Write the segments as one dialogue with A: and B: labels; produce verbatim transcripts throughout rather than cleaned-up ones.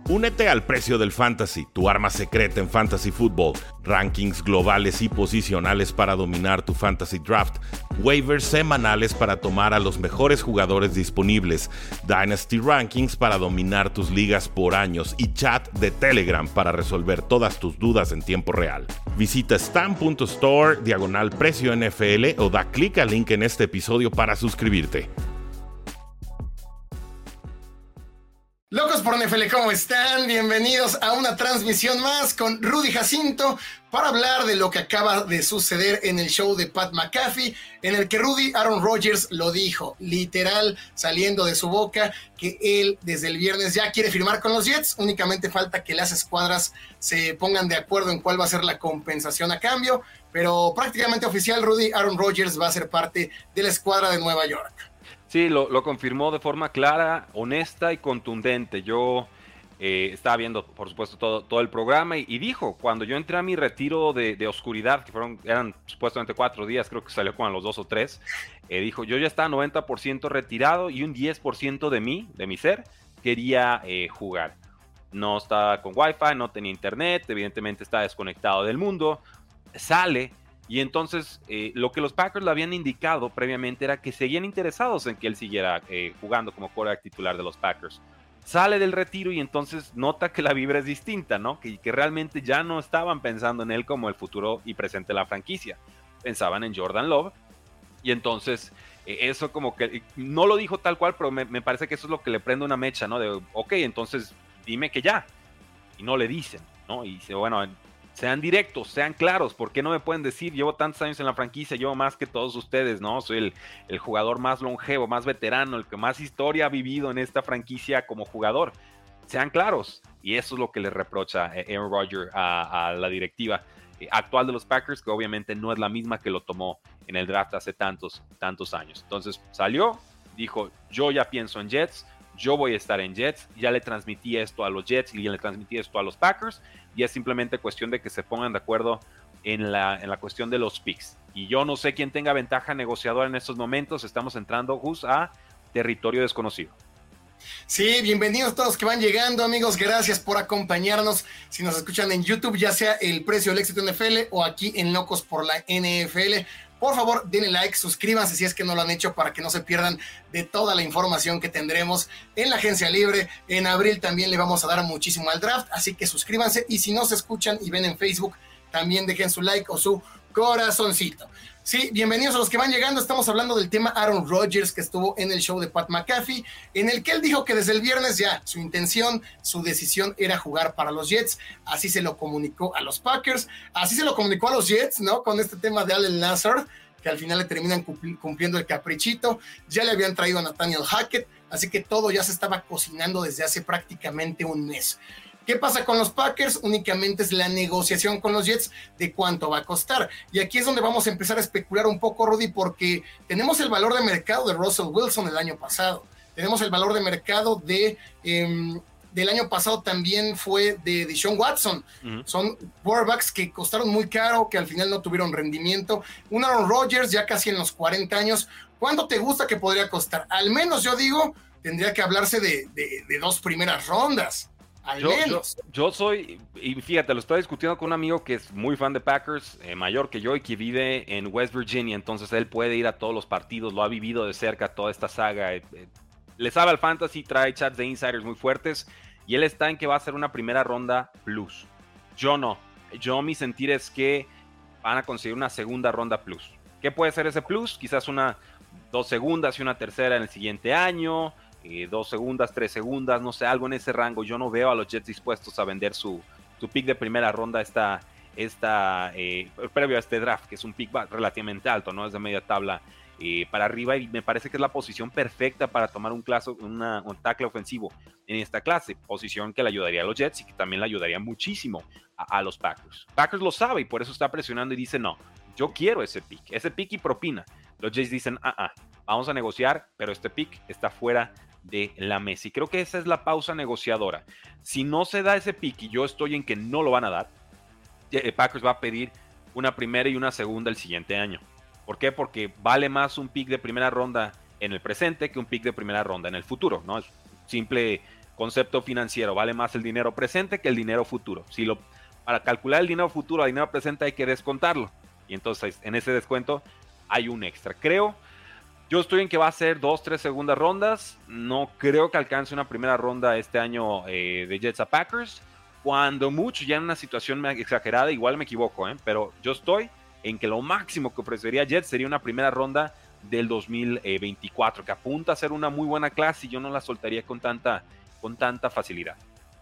A: Únete al precio del fantasy, tu arma secreta en fantasy football, rankings globales y posicionales para dominar tu fantasy draft, waivers semanales para tomar a los mejores jugadores disponibles, dynasty rankings para dominar tus ligas por años y chat de Telegram para resolver todas tus dudas en tiempo real. Visita stam punto store diagonal precio N F L o da clic al link en este episodio para suscribirte.
B: Locos por N F L, ¿cómo están? Bienvenidos a una transmisión más con Rudy Jacinto para hablar de lo que acaba de suceder en el show de Pat McAfee, en el que Rudy Aaron Rodgers lo dijo, literal, saliendo de su boca, que él desde el viernes ya quiere firmar con los Jets. Únicamente falta que las escuadras se pongan de acuerdo en cuál va a ser la compensación a cambio, pero prácticamente oficial, Rudy Aaron Rodgers va a ser parte de la escuadra de Nueva York.
C: Sí, lo, lo confirmó de forma clara, honesta y contundente. Yo eh, estaba viendo, por supuesto, todo, todo el programa y, y dijo, cuando yo entré a mi retiro de, de oscuridad, que fueron, eran supuestamente cuatro días, creo que salió como a los dos o tres, eh, dijo, yo ya estaba noventa por ciento retirado y un diez por ciento de mí, de mi ser, quería eh, jugar. No estaba con Wi-Fi, no tenía internet, evidentemente estaba desconectado del mundo, sale. Y entonces eh, lo que los Packers le habían indicado previamente era que seguían interesados en que él siguiera eh, jugando como quarterback titular de los Packers. Sale del retiro y entonces nota que la vibra es distinta, ¿no? Que, que realmente ya no estaban pensando en él como el futuro y presente de la franquicia. Pensaban en Jordan Love. Y entonces eh, eso como que no lo dijo tal cual, pero me, me parece que eso es lo que le prende una mecha, ¿no? De, ok, entonces dime que ya. Y no le dicen, ¿no? Y dice, bueno, sean directos, sean claros, ¿por qué no me pueden decir? Llevo tantos años en la franquicia, llevo más que todos ustedes, ¿no? Soy el, el jugador más longevo, más veterano, el que más historia ha vivido en esta franquicia como jugador. Sean claros. Y eso es lo que le reprocha Aaron Rodgers a, a la directiva actual de los Packers, que obviamente no es la misma que lo tomó en el draft hace tantos, tantos años. Entonces salió, dijo, yo ya pienso en Jets, yo voy a estar en Jets, ya le transmití esto a los Jets y ya le transmití esto a los Packers, y es simplemente cuestión de que se pongan de acuerdo en la, en la cuestión de los picks. Y yo no sé quién tenga ventaja negociadora en estos momentos, estamos entrando justo a territorio desconocido.
B: Sí, bienvenidos todos que van llegando, amigos, gracias por acompañarnos. Si nos escuchan en YouTube, ya sea El Precio del Éxito N F L o aquí en Locos por la N F L, por favor, denle like, suscríbanse si es que no lo han hecho para que no se pierdan de toda la información que tendremos en la agencia libre. En abril también le vamos a dar muchísimo al draft, así que suscríbanse. Y si no se escuchan y ven en Facebook, también dejen su like o su corazoncito. Sí, bienvenidos a los que van llegando. Estamos hablando del tema Aaron Rodgers, que estuvo en el show de Pat McAfee, en el que él dijo que desde el viernes ya su intención, su decisión era jugar para los Jets. Así se lo comunicó a los Packers, así se lo comunicó a los Jets, ¿no? Con este tema de Allen Lazard, que al final le terminan cumpliendo el caprichito. Ya le habían traído a Nathaniel Hackett, así que todo ya se estaba cocinando desde hace prácticamente un mes. ¿Qué pasa con los Packers? Únicamente es la negociación con los Jets de cuánto va a costar. Y aquí es donde vamos a empezar a especular un poco, Rudy, porque tenemos el valor de mercado de Russell Wilson el año pasado. Tenemos el valor de mercado de, eh, del año pasado también fue de Deshaun Watson. Uh-huh. Son quarterbacks que costaron muy caro, que al final no tuvieron rendimiento. Un Aaron Rodgers ya casi en los cuarenta años. ¿Cuánto te gusta que podría costar? Al menos yo digo, tendría que hablarse de, de, de dos primeras rondas. Al
C: yo,
B: menos.
C: Yo, yo soy, y fíjate, lo estoy discutiendo con un amigo que es muy fan de Packers, eh, mayor que yo y que vive en West Virginia, entonces él puede ir a todos los partidos, lo ha vivido de cerca toda esta saga, eh, eh, le sabe al fantasy, trae chats de insiders muy fuertes y él está en que va a ser una primera ronda plus. Yo no, yo mi sentir es que van a conseguir una segunda ronda plus. ¿Qué puede ser ese plus? Quizás una, dos segundas y una tercera en el siguiente año. Eh, dos segundas, tres segundas, no sé, algo en ese rango. Yo no veo a los Jets dispuestos a vender su, su pick de primera ronda esta, esta, eh, previo a este draft, que es un pick relativamente alto, ¿no? Es de media tabla eh, para arriba, y me parece que es la posición perfecta para tomar un, clase, una, un tackle ofensivo en esta clase, posición que le ayudaría a los Jets y que también le ayudaría muchísimo a, a los Packers. Packers lo sabe y por eso está presionando y dice, no, yo quiero ese pick, ese pick y propina. Los Jets dicen, ah, ah, vamos a negociar, pero este pick está fuera de la mesa. Y creo que esa es la pausa negociadora. Si no se da ese pick y yo estoy en que no lo van a dar, Packers va a pedir una primera y una segunda el siguiente año. ¿Por qué? Porque vale más un pick de primera ronda en el presente que un pick de primera ronda en el futuro, ¿no? Es simple concepto financiero, vale más el dinero presente que el dinero futuro. Si lo, para calcular el dinero futuro al dinero presente hay que descontarlo. Y entonces en ese descuento hay un extra. Creo, yo estoy en que va a ser dos, tres segundas rondas. No creo que alcance una primera ronda este año eh, de Jets a Packers. Cuando mucho, ya en una situación exagerada, igual me equivoco, ¿eh? Pero yo estoy en que lo máximo que ofrecería Jets sería una primera ronda del dos mil veinticuatro, que apunta a ser una muy buena clase y yo no la soltaría con tanta, con tanta facilidad.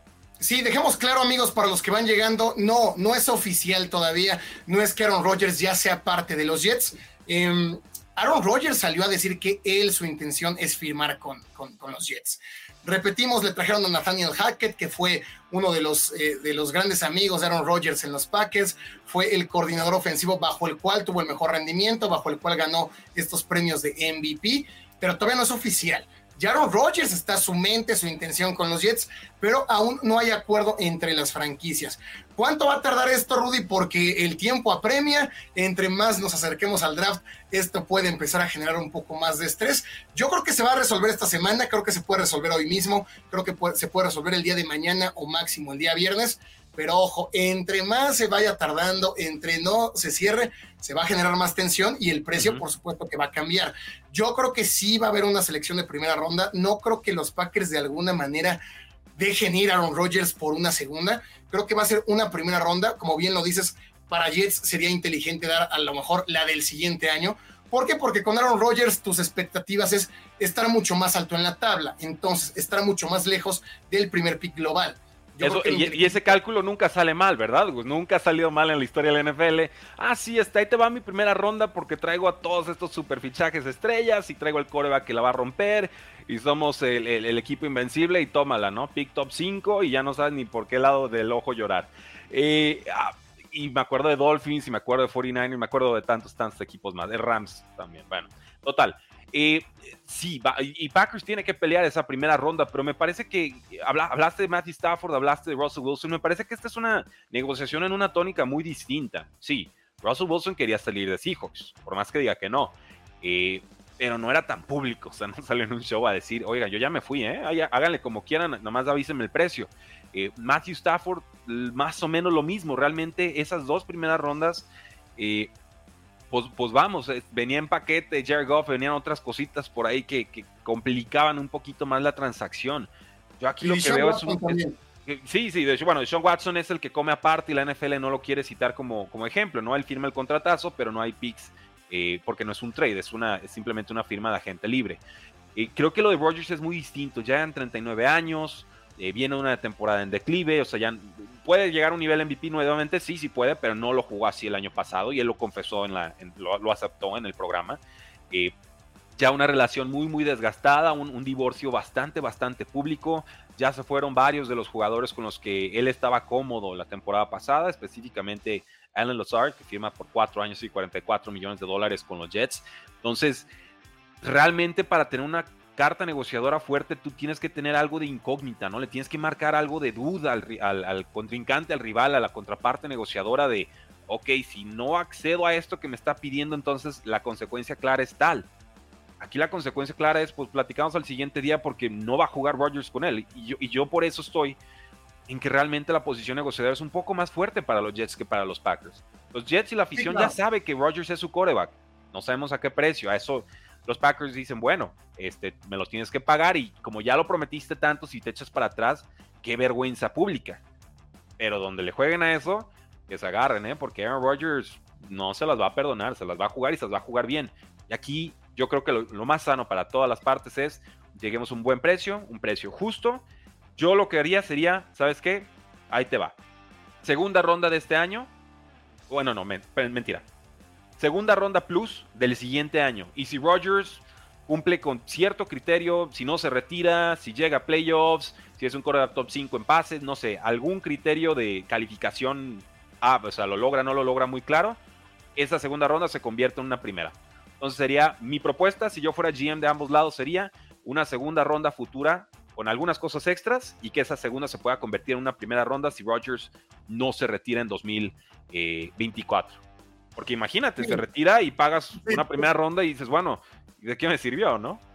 B: Sí, dejemos claro, amigos, para los que van llegando, no, no es oficial todavía, no es que Aaron Rodgers ya sea parte de los Jets. Eh, Aaron Rodgers salió a decir que él, su intención es firmar con, con, con los Jets. Repetimos, le trajeron a Nathaniel Hackett, que fue uno de los, eh, de los grandes amigos de Aaron Rodgers en los Packers, fue el coordinador ofensivo bajo el cual tuvo el mejor rendimiento, bajo el cual ganó estos premios de M V P, pero todavía no es oficial. Ya Aaron Rodgers está su mente, su intención con los Jets, pero aún no hay acuerdo entre las franquicias. ¿Cuánto va a tardar esto, Rudy? Porque el tiempo apremia, entre más nos acerquemos al draft, esto puede empezar a generar un poco más de estrés. Yo creo que se va a resolver esta semana, creo que se puede resolver hoy mismo, creo que puede, se puede resolver el día de mañana o máximo el día viernes, pero ojo, entre más se vaya tardando, entre no se cierre, se va a generar más tensión y el precio, uh-huh. por supuesto, que va a cambiar. Yo creo que sí va a haber una selección de primera ronda, no creo que los Packers de alguna manera dejen ir a Aaron Rodgers por una segunda, creo que va a ser una primera ronda, como bien lo dices, para Jets sería inteligente dar a lo mejor la del siguiente año. ¿Por qué? Porque con Aaron Rodgers tus expectativas es estar mucho más alto en la tabla, entonces estar mucho más lejos del primer pick global.
C: Eso, y, y ese cálculo nunca sale mal, ¿verdad? Pues nunca ha salido mal en la historia de la N F L. Ah, sí, está, ahí te va mi primera ronda porque traigo a todos estos superfichajes estrellas y traigo el quarterback que la va a romper y somos el, el, el equipo invencible y tómala, ¿no? Pick top cinco y ya no sabes ni por qué lado del ojo llorar. Eh, ah, y me acuerdo de Dolphins y me acuerdo de cuarenta y nueve y me acuerdo de tantos, tantos equipos más. De Rams también, bueno, total. Eh, sí, va, y Packers tiene que pelear esa primera ronda, pero me parece que habla, hablaste de Matthew Stafford, hablaste de Russell Wilson, me parece que esta es una negociación en una tónica muy distinta. Sí, Russell Wilson quería salir de Seahawks, por más que diga que no, eh, pero no era tan público, o sea, no salió en un show a decir, oiga, yo ya me fui, ¿eh? Háganle como quieran, nomás avísenme el precio. Eh, Matthew Stafford, más o menos lo mismo, realmente esas dos primeras rondas, eh, Pues, pues vamos, venía en paquete Jared Goff, venían otras cositas por ahí que, que complicaban un poquito más la transacción. Yo aquí y lo que Sean veo Watson es un... Es, sí, sí, de hecho, bueno, Sean Watson es el que come aparte y la N F L no lo quiere citar como, como ejemplo, ¿no? Él firma el contratazo, pero no hay picks eh, porque no es un trade, es, una, es simplemente una firma de agente libre. Eh, creo que lo de Rodgers es muy distinto, ya en treinta y nueve años, eh, viene una temporada en declive, o sea, ya... ¿Puede llegar a un nivel M V P nuevamente? Sí, sí puede, pero no lo jugó así el año pasado y él lo confesó, en la, en, lo, lo aceptó en el programa. Eh, ya una relación muy, muy desgastada, un, un divorcio bastante, bastante público. Ya se fueron varios de los jugadores con los que él estaba cómodo la temporada pasada, específicamente Allen Lazard, que firma por cuatro años y cuarenta y cuatro millones de dólares con los Jets. Entonces, realmente para tener una carta negociadora fuerte, tú tienes que tener algo de incógnita, ¿no? Le tienes que marcar algo de duda al, al, al contrincante, al rival, a la contraparte negociadora de, ok, si no accedo a esto que me está pidiendo, entonces la consecuencia clara es tal. Aquí la consecuencia clara es, pues platicamos al siguiente día porque no va a jugar Rodgers con él. Y yo, y yo por eso estoy en que realmente la posición negociadora es un poco más fuerte para los Jets que para los Packers. Los Jets y la afición sí, claro. ya sabe que Rodgers es su quarterback. No sabemos a qué precio, a eso... Los Packers dicen, bueno, este, me los tienes que pagar y como ya lo prometiste tanto, si te echas para atrás, qué vergüenza pública. Pero donde le jueguen a eso, que se agarren, ¿eh? Porque Aaron Rodgers no se las va a perdonar, se las va a jugar y se las va a jugar bien. Y aquí yo creo que lo, lo más sano para todas las partes es, lleguemos a un buen precio, un precio justo. Yo lo que haría sería, ¿sabes qué? Ahí te va. Segunda ronda de este año. Bueno, no, men, mentira. Segunda ronda plus del siguiente año. Y si Rodgers cumple con cierto criterio, si no se retira, si llega a playoffs, si es un quarterback top cinco en pases, no sé, algún criterio de calificación, ah, o sea, lo logra, no lo logra muy claro, esa segunda ronda se convierte en una primera. Entonces sería, mi propuesta, si yo fuera G M de ambos lados, sería una segunda ronda futura con algunas cosas extras y que esa segunda se pueda convertir en una primera ronda si Rodgers no se retira en dos mil veinticuatro. Porque imagínate, sí. se retira y pagas una primera ronda y dices, bueno, ¿de qué me sirvió, no?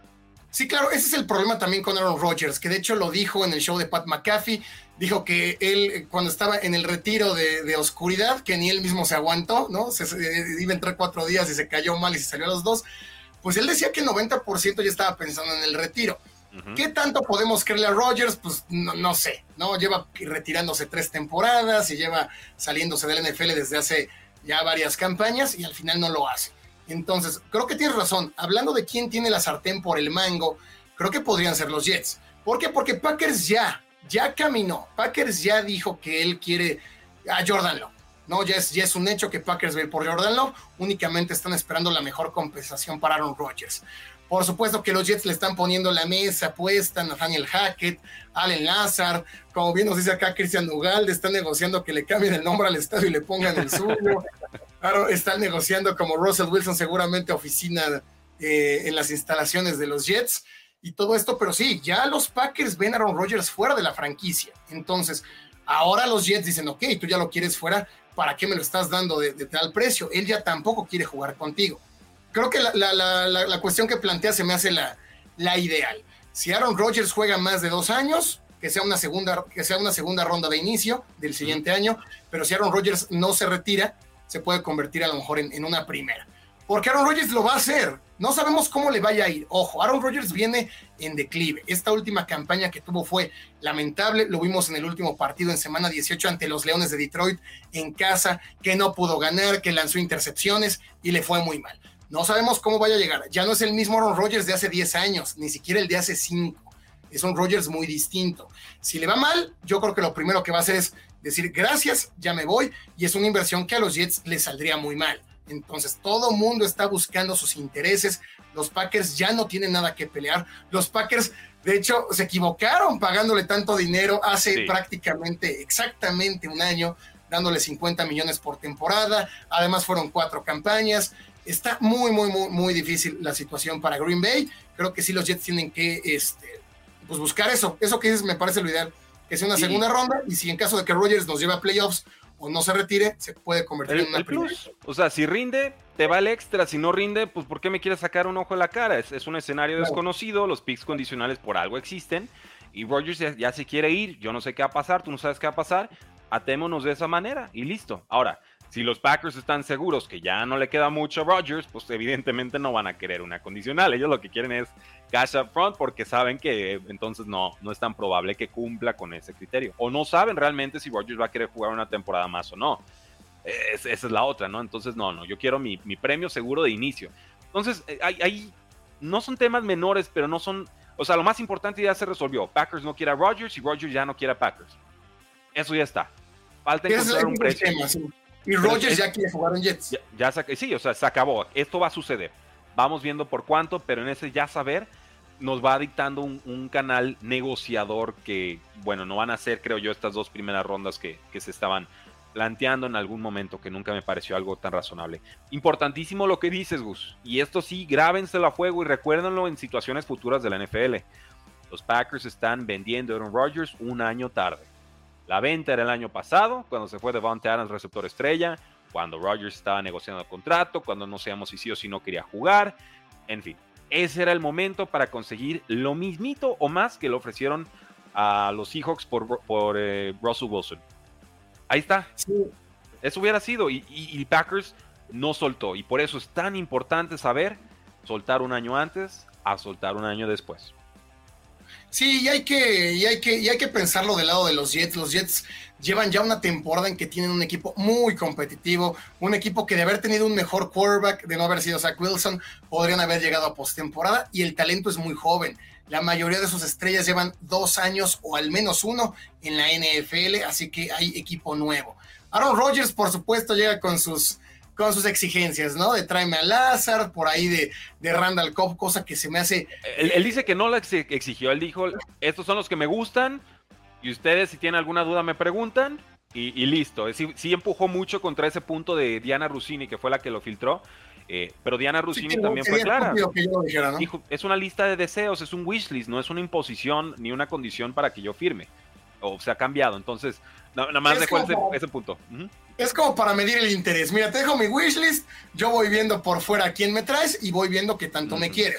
B: Sí, claro, ese es el problema también con Aaron Rodgers, que de hecho lo dijo en el show de Pat McAfee, dijo que él cuando estaba en el retiro de, de oscuridad, que ni él mismo se aguantó, ¿no? Se, se, iba a entrar cuatro días y se cayó mal y se salió a los dos, pues él decía que el noventa por ciento ya estaba pensando en el retiro. Uh-huh. ¿Qué tanto podemos creerle a Rodgers? Pues no, no sé, ¿no? Lleva retirándose tres temporadas y lleva saliéndose del N F L desde hace ya varias campañas y al final no lo hace. Entonces, creo que tienes razón. Hablando de quién tiene la sartén por el mango, creo que podrían ser los Jets. ¿Por qué? Porque Packers ya, ya caminó. Packers ya dijo que él quiere a Jordan Love. No, ya es, ya es un hecho que Packers va a ir por Jordan Love. Únicamente están esperando la mejor compensación para Aaron Rodgers. Por supuesto que los Jets le están poniendo la mesa puesta, Nathaniel Hackett, Allen Lazard, como bien nos dice acá Cristian Ugalde, están negociando que le cambien el nombre al estadio y le pongan el suyo. Claro, están negociando como Russell Wilson seguramente oficina eh, en las instalaciones de los Jets y todo esto, pero sí, ya los Packers ven a Aaron Rodgers fuera de la franquicia. Entonces, ahora los Jets dicen, ok, tú ya lo quieres fuera, ¿para qué me lo estás dando de, de tal precio? Él ya tampoco quiere jugar contigo. Creo que la, la, la, la, la cuestión que plantea se me hace la, la ideal. Si Aaron Rodgers juega más de dos años, que sea una segunda, que sea una segunda ronda de inicio del siguiente año, pero si Aaron Rodgers no se retira, se puede convertir a lo mejor en, en una primera. Porque Aaron Rodgers lo va a hacer. No sabemos cómo le vaya a ir. Ojo, Aaron Rodgers viene en declive. Esta última campaña que tuvo fue lamentable. Lo vimos en el último partido en semana dieciocho ante los Leones de Detroit en casa, que no pudo ganar, que lanzó intercepciones y le fue muy mal. No sabemos cómo vaya a llegar. Ya no es el mismo Aaron Rodgers de hace diez años, ni siquiera el de hace cinco. Es un Rodgers muy distinto. Si le va mal, yo creo que lo primero que va a hacer es decir gracias, ya me voy, y es una inversión que a los Jets les saldría muy mal. Entonces todo mundo está buscando sus intereses. Los Packers ya no tienen nada que pelear. Los Packers, de hecho, se equivocaron pagándole tanto dinero hace sí. prácticamente exactamente un año, dándole cincuenta millones por temporada. Además fueron cuatro campañas. Está muy, muy, muy, muy difícil la situación para Green Bay. Creo que sí los Jets tienen que este, pues buscar eso. Eso que dices me parece lo ideal. Que sea una sí. segunda ronda, y si en caso de que Rodgers nos lleve a playoffs o no se retire, se puede convertir
C: el,
B: en una
C: el
B: primera.
C: Plus. O sea, si rinde, te va el extra. Si no rinde, pues ¿por qué me quieres sacar un ojo en la cara? Es, es un escenario claro. desconocido, los picks condicionales por algo existen, y Rodgers ya, ya se quiere ir. Yo no sé qué va a pasar, tú no sabes qué va a pasar. Atémonos de esa manera y listo. Ahora, si los Packers están seguros que ya no le queda mucho a Rodgers, pues evidentemente no van a querer una condicional. Ellos lo que quieren es cash up front porque saben que entonces no, no es tan probable que cumpla con ese criterio. O no saben realmente si Rodgers va a querer jugar una temporada más o no. Es, esa es la otra, ¿no? Entonces, no, no, yo quiero mi, mi premio seguro de inicio. Entonces, hay, hay, no son temas menores, pero no son... O sea, lo más importante ya se resolvió. Packers no quiere a Rodgers y Rodgers ya no quiere a Packers. Eso ya está. Falta encontrar un precio.
B: Tema, sí. Y Rodgers ya quiere jugar en Jets.
C: Ya, ya se, sí, o sea, se acabó. Esto va a suceder. Vamos viendo por cuánto, pero en ese ya saber nos va dictando un, un canal negociador que, bueno, no van a ser, creo yo, estas dos primeras rondas que, que se estaban planteando en algún momento, que nunca me pareció algo tan razonable. Importantísimo lo que dices, Gus. Y esto sí, grábenselo a fuego y recuérdenlo en situaciones futuras de la N F L. Los Packers están vendiendo a Aaron Rodgers un año tarde. La venta era el año pasado, cuando se fue Devontae Adams, receptor estrella, cuando Rodgers estaba negociando el contrato, cuando no sabíamos si sí o si no quería jugar, en fin. Ese era el momento para conseguir lo mismito o más que le ofrecieron a los Seahawks por, por eh, Russell Wilson. Ahí está. Sí. Eso hubiera sido, y, y, y Packers no soltó, y por eso es tan importante saber soltar un año antes a soltar un año después.
B: Sí, y hay que, y hay que, y hay que pensarlo del lado de los Jets. Los Jets llevan ya una temporada en que tienen un equipo muy competitivo, un equipo que de haber tenido un mejor quarterback, de no haber sido Zach Wilson, podrían haber llegado a postemporada, y el talento es muy joven. La mayoría de sus estrellas llevan dos años o al menos uno en la N F L, así que hay equipo nuevo. Aaron Rodgers, por supuesto, llega con sus, con sus exigencias, ¿no? De tráeme a Lazard, por ahí de, de Randall Cobb, cosa que se me hace...
C: Él, él dice que no lo exigió, él dijo, estos son los que me gustan, y ustedes si tienen alguna duda me preguntan, y, y listo. Sí, sí empujó mucho contra ese punto de Diana Russini, que fue la que lo filtró, eh, pero Diana Russini sí, también fue clara.
B: Que yo dijera, ¿no?
C: Dijo, es una lista de deseos, es un wishlist, no es una imposición ni una condición para que yo firme, o se ha cambiado, entonces... Nada más dejó ese, ese punto. Uh-huh.
B: Es como para medir el interés. Mira, te dejo mi wishlist, yo voy viendo por fuera a quién me traes y voy viendo qué tanto uh-huh. me quieres.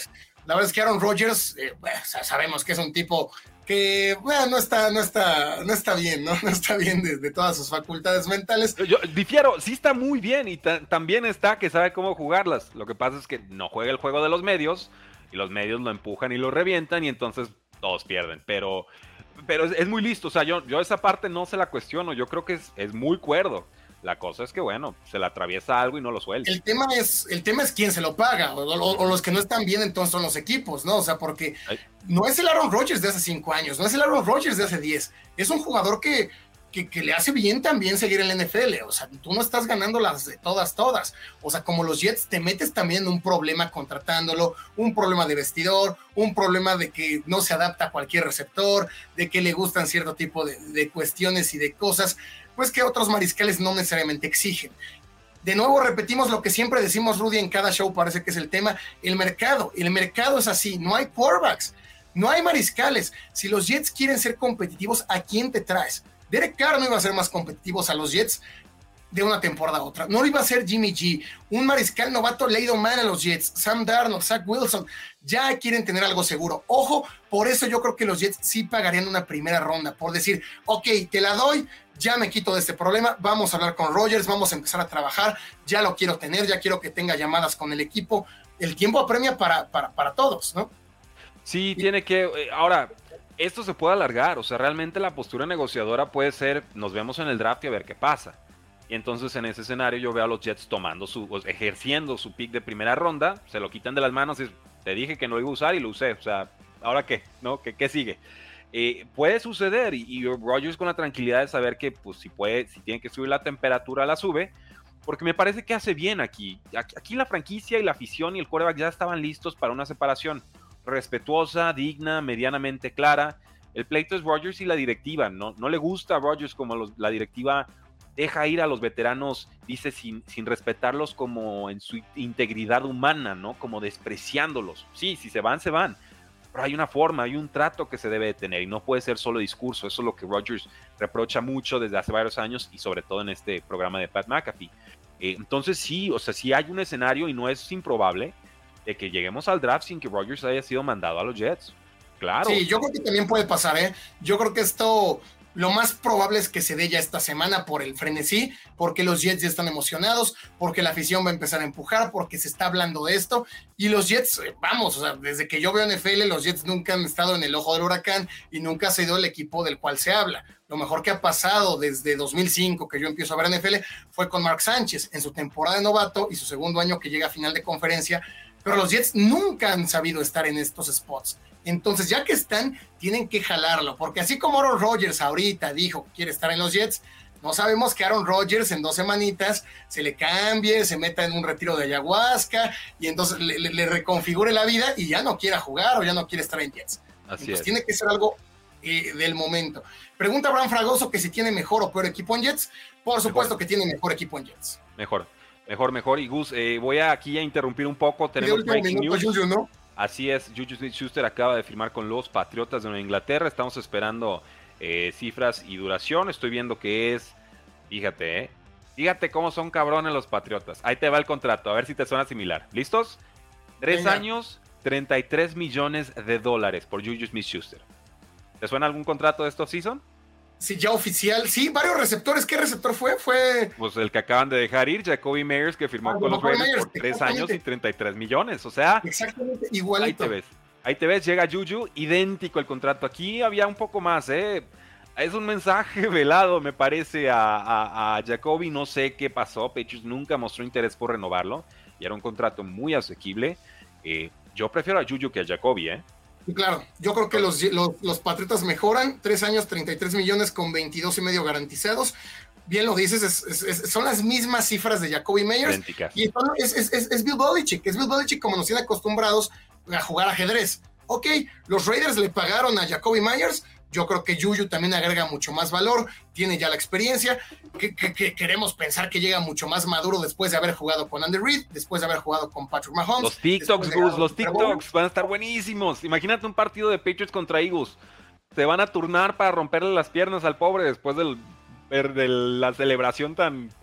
B: La verdad es que Aaron Rodgers, eh, bueno, sabemos que es un tipo que bueno, no está, no está, no está bien, ¿no? No está bien de, de todas sus facultades mentales.
C: Yo difiero, sí está muy bien y también está que sabe cómo jugarlas. Lo que pasa es que no juega el juego de los medios y los medios lo empujan y lo revientan y entonces todos pierden. Pero, pero es, es muy listo, o sea, yo, yo esa parte no se la cuestiono, yo creo que es, es muy cuerdo. La cosa es que, bueno, se le atraviesa algo y no lo suelta.
B: El tema es, el tema es quién se lo paga, o, o, o los que no están bien entonces son los equipos, ¿no? O sea, porque Ay. no es el Aaron Rodgers de hace cinco años, no es el Aaron Rodgers de hace diez, es un jugador que, que, que le hace bien también seguir en la N F L, o sea, tú no estás ganando las de todas, todas, o sea, como los Jets te metes también en un problema contratándolo, un problema de vestidor, un problema de que no se adapta a cualquier receptor, de que le gustan cierto tipo de, de cuestiones y de cosas, pues que otros mariscales no necesariamente exigen. De nuevo repetimos lo que siempre decimos, Rudy, en cada show, parece que es el tema, el mercado, el mercado es así, no hay quarterbacks, no hay mariscales. Si los Jets quieren ser competitivos, ¿a quién te traes? Derek Carr no iba a ser más competitivos a los Jets de una temporada a otra, no lo iba a ser Jimmy G, un mariscal novato le ha ido mal a los Jets, Sam Darnold, Zach Wilson, ya quieren tener algo seguro. Ojo, por eso yo creo que los Jets sí pagarían una primera ronda, por decir, ok, te la doy, ya me quito de este problema, vamos a hablar con Rodgers, vamos a empezar a trabajar, ya lo quiero tener, ya quiero que tenga llamadas con el equipo, el tiempo apremia para, para, para todos, ¿no?
C: Sí, tiene que, ahora, esto se puede alargar, o sea, realmente la postura negociadora puede ser, nos vemos en el draft y a ver qué pasa. Y entonces en ese escenario yo veo a los Jets tomando su, ejerciendo su pick de primera ronda, se lo quitan de las manos y te dije que no lo iba a usar y lo usé, o sea, ¿ahora qué? ¿No? ¿Qué, qué sigue? Eh, puede suceder y, y Rodgers con la tranquilidad de saber que pues si puede, si tiene que subir la temperatura la sube, porque me parece que hace bien aquí. Aquí, aquí la franquicia y la afición y el quarterback ya estaban listos para una separación respetuosa, digna, medianamente clara. El pleito es Rodgers y la directiva, no, no le gusta a Rodgers como los, la directiva deja ir a los veteranos, dice, sin, sin respetarlos como en su integridad humana, ¿no? Como despreciándolos. Sí, si se van, se van. Pero hay una forma, hay un trato que se debe de tener y no puede ser solo discurso. Eso es lo que Rodgers reprocha mucho desde hace varios años y sobre todo en este programa de Pat McAfee. Eh, entonces sí, o sea, sí hay un escenario y no es improbable de que lleguemos al draft sin que Rodgers haya sido mandado a los Jets. Claro.
B: Sí, yo creo que también puede pasar, ¿eh? Yo creo que esto... Lo más probable es que se dé ya esta semana por el frenesí, porque los Jets ya están emocionados, porque la afición va a empezar a empujar, porque se está hablando de esto, y los Jets, vamos, o sea, desde que yo veo N F L, los Jets nunca han estado en el ojo del huracán y nunca ha sido el equipo del cual se habla. Lo mejor que ha pasado desde dos mil cinco, que yo empiezo a ver N F L, fue con Mark Sánchez en su temporada de novato y su segundo año que llega a final de conferencia, pero los Jets nunca han sabido estar en estos spots. Entonces, ya que están, tienen que jalarlo, porque así como Aaron Rodgers ahorita dijo que quiere estar en los Jets, no sabemos que Aaron Rodgers en dos semanitas se le cambie, se meta en un retiro de ayahuasca y entonces le, le, le reconfigure la vida y ya no quiera jugar o ya no quiere estar en Jets.
C: Así
B: entonces,
C: es.
B: Tiene que ser algo eh, del momento. Pregunta a Abraham Fragoso que si tiene mejor o peor equipo en Jets. Por supuesto mejor. que tiene mejor equipo en Jets.
C: Mejor, mejor, mejor. Y Gus, eh, voy a aquí a interrumpir un poco. Tenemos breaking news. Yuyu, ¿no? Así es, Juju Smith-Schuster acaba de firmar con los Patriotas de Nueva Inglaterra. Estamos esperando eh, cifras y duración. Estoy viendo que es, fíjate, eh, fíjate cómo son cabrones los Patriotas. Ahí te va el contrato, a ver si te suena similar. ¿Listos? Tres Venga. años, treinta y tres millones de dólares por Juju Smith-Schuster. ¿Te suena algún contrato de estos season?
B: Sí, ya oficial. Sí, varios receptores. ¿Qué receptor fue? Fue...
C: Pues el que acaban de dejar ir, Jacoby Meyers, que firmó ah, con los Raiders Meyers, por tres años y treinta y tres millones. O sea,
B: exactamente igualito.
C: Ahí te ves. Ahí te ves, llega Juju, idéntico el contrato. Aquí había un poco más, ¿eh? Es un mensaje velado, me parece, a, a, a Jacoby. No sé qué pasó. Patriots nunca mostró interés por renovarlo. Y era un contrato muy asequible. Eh, yo prefiero a Juju que a Jacoby, ¿eh?
B: Claro, yo creo que los, los, los Patriotas mejoran, tres años, treinta y tres millones con veintidós y medio garantizados. Bien lo dices, es, es, es, son las mismas cifras de Jacoby Meyers. Idénticas. Y es, es, es, es Bill Belichick, es Bill Belichick como nos tiene acostumbrados a jugar ajedrez. Ok, los Raiders le pagaron a Jacoby Meyers, yo creo que Juju también agrega mucho más valor, tiene ya la experiencia, que, que, que queremos pensar que llega mucho más maduro después de haber jugado con Andy Reid, después de haber jugado con Patrick Mahomes.
C: Los TikToks, Gus, los TikToks van a estar buenísimos. Imagínate un partido de Patriots contra Eagles. Te van a turnar para romperle las piernas al pobre después del, de la celebración tan,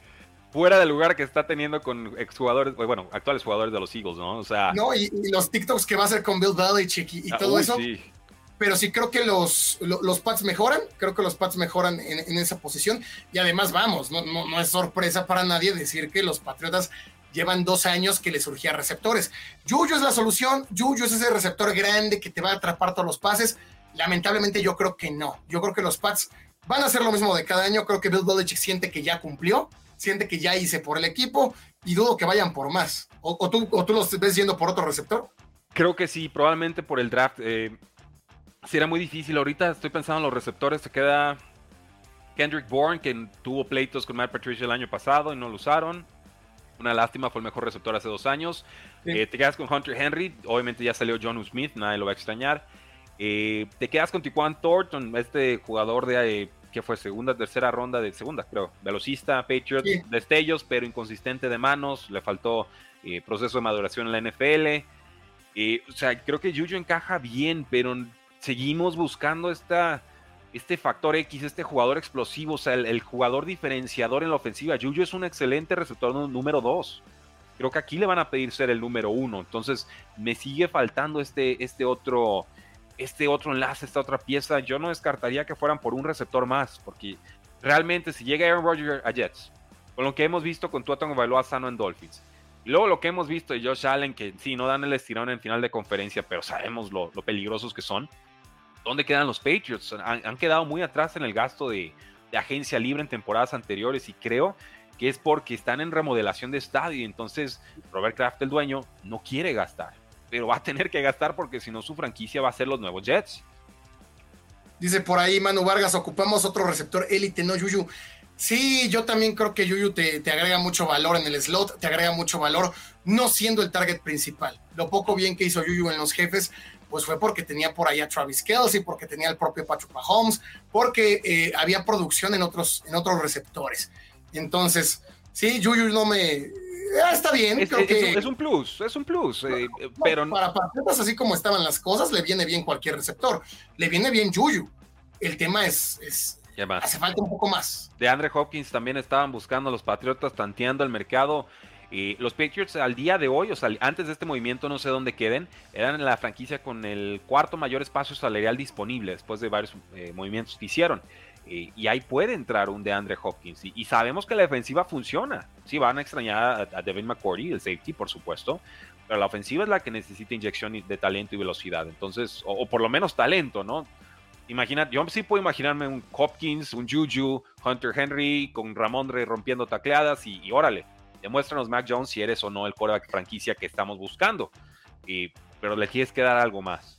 C: fuera del lugar que está teniendo con exjugadores, bueno, actuales jugadores de los Eagles, ¿no? O sea...
B: No, y, y los TikToks que va a hacer con Bill Belichick y, y
C: ah,
B: todo
C: uy,
B: eso.
C: Sí.
B: Pero sí creo que los, los, los Pats mejoran, creo que los Pats mejoran en, en esa posición. Y además, vamos, no, no, no es sorpresa para nadie decir que los Patriotas llevan dos años que les surgía receptores. Juju es la solución, Juju es ese receptor grande que te va a atrapar todos los pases. Lamentablemente yo creo que no. Yo creo que los Pats van a hacer lo mismo de cada año. Creo que Bill Belichick siente que ya cumplió, siente que ya hice por el equipo y dudo que vayan por más. ¿O, o, tú, o tú los ves yendo por otro receptor?
C: Creo que sí, probablemente por el draft. Eh, sí era muy difícil. Ahorita estoy pensando en los receptores. Se queda Kendrick Bourne, que tuvo pleitos con Matt Patricia el año pasado y no lo usaron. Una lástima, fue el mejor receptor hace dos años. Sí. Eh, te quedas con Hunter Henry. Obviamente ya salió Jonnu Smith, nadie lo va a extrañar. Eh, te quedas con Tyquan Thornton, este jugador de... Eh, que fue segunda, tercera ronda de segunda, creo. Velocista, Patriots, sí. Destellos, pero inconsistente de manos. Le faltó eh, proceso de maduración en la N F L. Eh, o sea, creo que Juju encaja bien, pero seguimos buscando esta... este factor X, este jugador explosivo, o sea, el, el jugador diferenciador en la ofensiva. Juju es un excelente receptor número dos. Creo que aquí le van a pedir ser el número uno. Entonces, me sigue faltando este, este, otro, este otro enlace, esta otra pieza. Yo no descartaría que fueran por un receptor más, porque realmente si llega Aaron Rodgers a Jets, con lo que hemos visto con Tua Tagovailoa sano en Dolphins, y luego lo que hemos visto de Josh Allen, que sí, no dan el estirón en final de conferencia, pero sabemos lo, lo peligrosos que son. ¿Dónde quedan los Patriots? Han, han quedado muy atrás en el gasto de, de agencia libre en temporadas anteriores y creo que es porque están en remodelación de estadio y entonces Robert Kraft, el dueño, no quiere gastar, pero va a tener que gastar porque si no su franquicia va a ser los nuevos Jets.
B: Dice por ahí Manu Vargas, ocupamos otro receptor élite, no Juju. Sí, yo también creo que Juju te, te agrega mucho valor en el slot, te agrega mucho valor no siendo el target principal. Lo poco bien que hizo Juju en los Jefes pues fue porque tenía por ahí a Travis Kelce, porque tenía al propio Patrick Mahomes, porque eh, había producción en otros, en otros receptores. Entonces, sí, Juju no me... Eh, está bien,
C: es,
B: creo
C: es,
B: que...
C: es un plus, es un plus. Eh,
B: no,
C: pero
B: para Patriotas, así como estaban las cosas, le viene bien cualquier receptor. Le viene bien Juju. El tema es... es hace falta un poco más.
C: De Andre Hopkins también estaban buscando los Patriotas, tanteando el mercado. Eh, los Patriots al día de hoy, o sea, antes de este movimiento, no sé dónde queden, eran la franquicia con el cuarto mayor espacio salarial disponible después de varios eh, movimientos que hicieron. Eh, y ahí puede entrar un DeAndre Hopkins. Y, y sabemos que la defensiva funciona. Sí, van a extrañar a, a Devin McCourty, el safety, por supuesto. Pero la ofensiva es la que necesita inyección de talento y velocidad. Entonces, o, o por lo menos talento, ¿no? Imagina, yo sí puedo imaginarme un Hopkins, un Juju, Hunter Henry con Ramondre rompiendo tacleadas y, y órale. Demuéstranos, Mac Jones, si eres o no el quarterback franquicia que estamos buscando. Y, pero le tienes que dar algo más.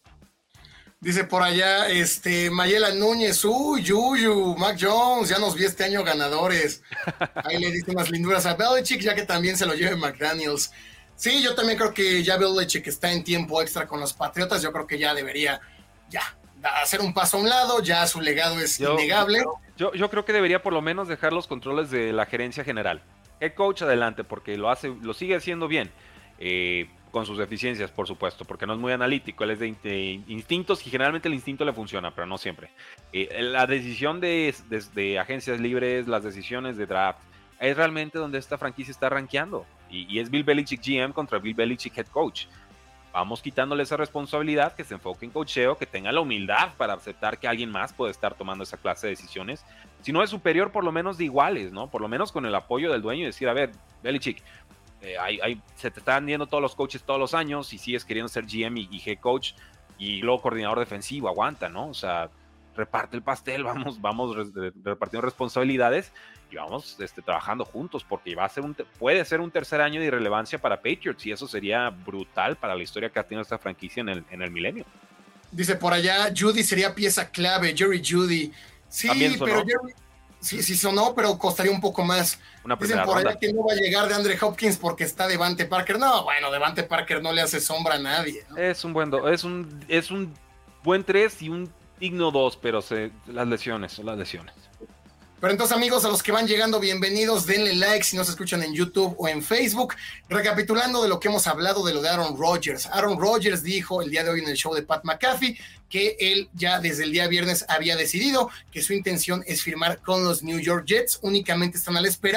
B: Dice por allá, este, Mayela Núñez, uy, Yuyu, Mac Jones, ya nos vi este año ganadores. Ahí le dice unas linduras a Belichick, ya que también se lo lleve McDaniels. Sí, yo también creo que ya Belichick está en tiempo extra con los Patriotas. Yo creo que ya debería, ya, hacer un paso a un lado. Ya su legado es yo, innegable.
C: Yo, yo creo que debería por lo menos dejar los controles de la gerencia general. El coach adelante, porque lo hace, lo sigue haciendo bien, eh, con sus deficiencias, por supuesto, porque no es muy analítico, él es de, de instintos y generalmente el instinto le funciona, pero no siempre. Eh, la decisión de, de, de agencias libres, las decisiones de draft, es realmente donde esta franquicia está rankeando, y, y es Bill Belichick G M contra Bill Belichick Head Coach. Vamos quitándole esa responsabilidad, que se enfoque en coacheo, que tenga la humildad para aceptar que alguien más puede estar tomando esa clase de decisiones. Si no es superior, por lo menos de iguales, ¿no? Por lo menos con el apoyo del dueño y decir, a ver, Belichick, eh, hay, hay, se te están yendo todos los coaches todos los años y sigues queriendo ser G M y, y Head Coach y luego coordinador defensivo, aguanta, ¿no? O sea, reparte el pastel, vamos, vamos re, repartiendo responsabilidades y vamos este, trabajando juntos, porque va a ser un, puede ser un tercer año de irrelevancia para Patriots y eso sería brutal para la historia que ha tenido esta franquicia en el, en el milenio.
B: Dice por allá, Judy sería pieza clave, Jerry Judy. Sí, pero Jerry, sí, sí sonó, pero costaría un poco más.
C: Una
B: Dicen por allá
C: ronda.
B: que no va a llegar de Andre Hopkins porque está Devante Parker. No, bueno, Devante Parker no le hace sombra a nadie, ¿no?
C: Es un buen do, es un es un buen tres y un digno dos, pero se, las lesiones, son las lesiones.
B: Pero entonces, amigos, a los que van llegando, bienvenidos, denle like si nos escuchan en YouTube o en Facebook. Recapitulando de lo que hemos hablado de lo de Aaron Rodgers. Aaron Rodgers dijo el día de hoy en el show de Pat McAfee que él ya desde el día viernes había decidido que su intención es firmar con los New York Jets. Únicamente están a la espera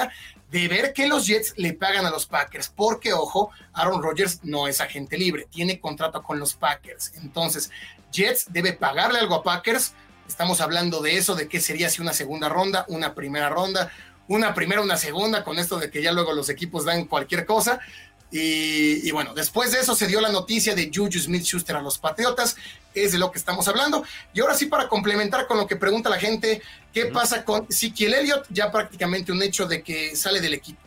B: de ver que los Jets le pagan a los Packers, porque, ojo, Aaron Rodgers no es agente libre, tiene contrato con los Packers. Entonces, Jets debe pagarle algo a Packers. Estamos hablando de eso, de qué sería si una segunda ronda, una primera ronda, una primera, una segunda, con esto de que ya luego los equipos dan cualquier cosa. Y, y bueno, después de eso se dio la noticia de Juju Smith-Schuster a los Patriotas, es de lo que estamos hablando. Y ahora sí, para complementar con lo que pregunta la gente, ¿qué uh-huh. pasa con Ezekiel Elliott? Ya prácticamente un hecho de que sale del equipo.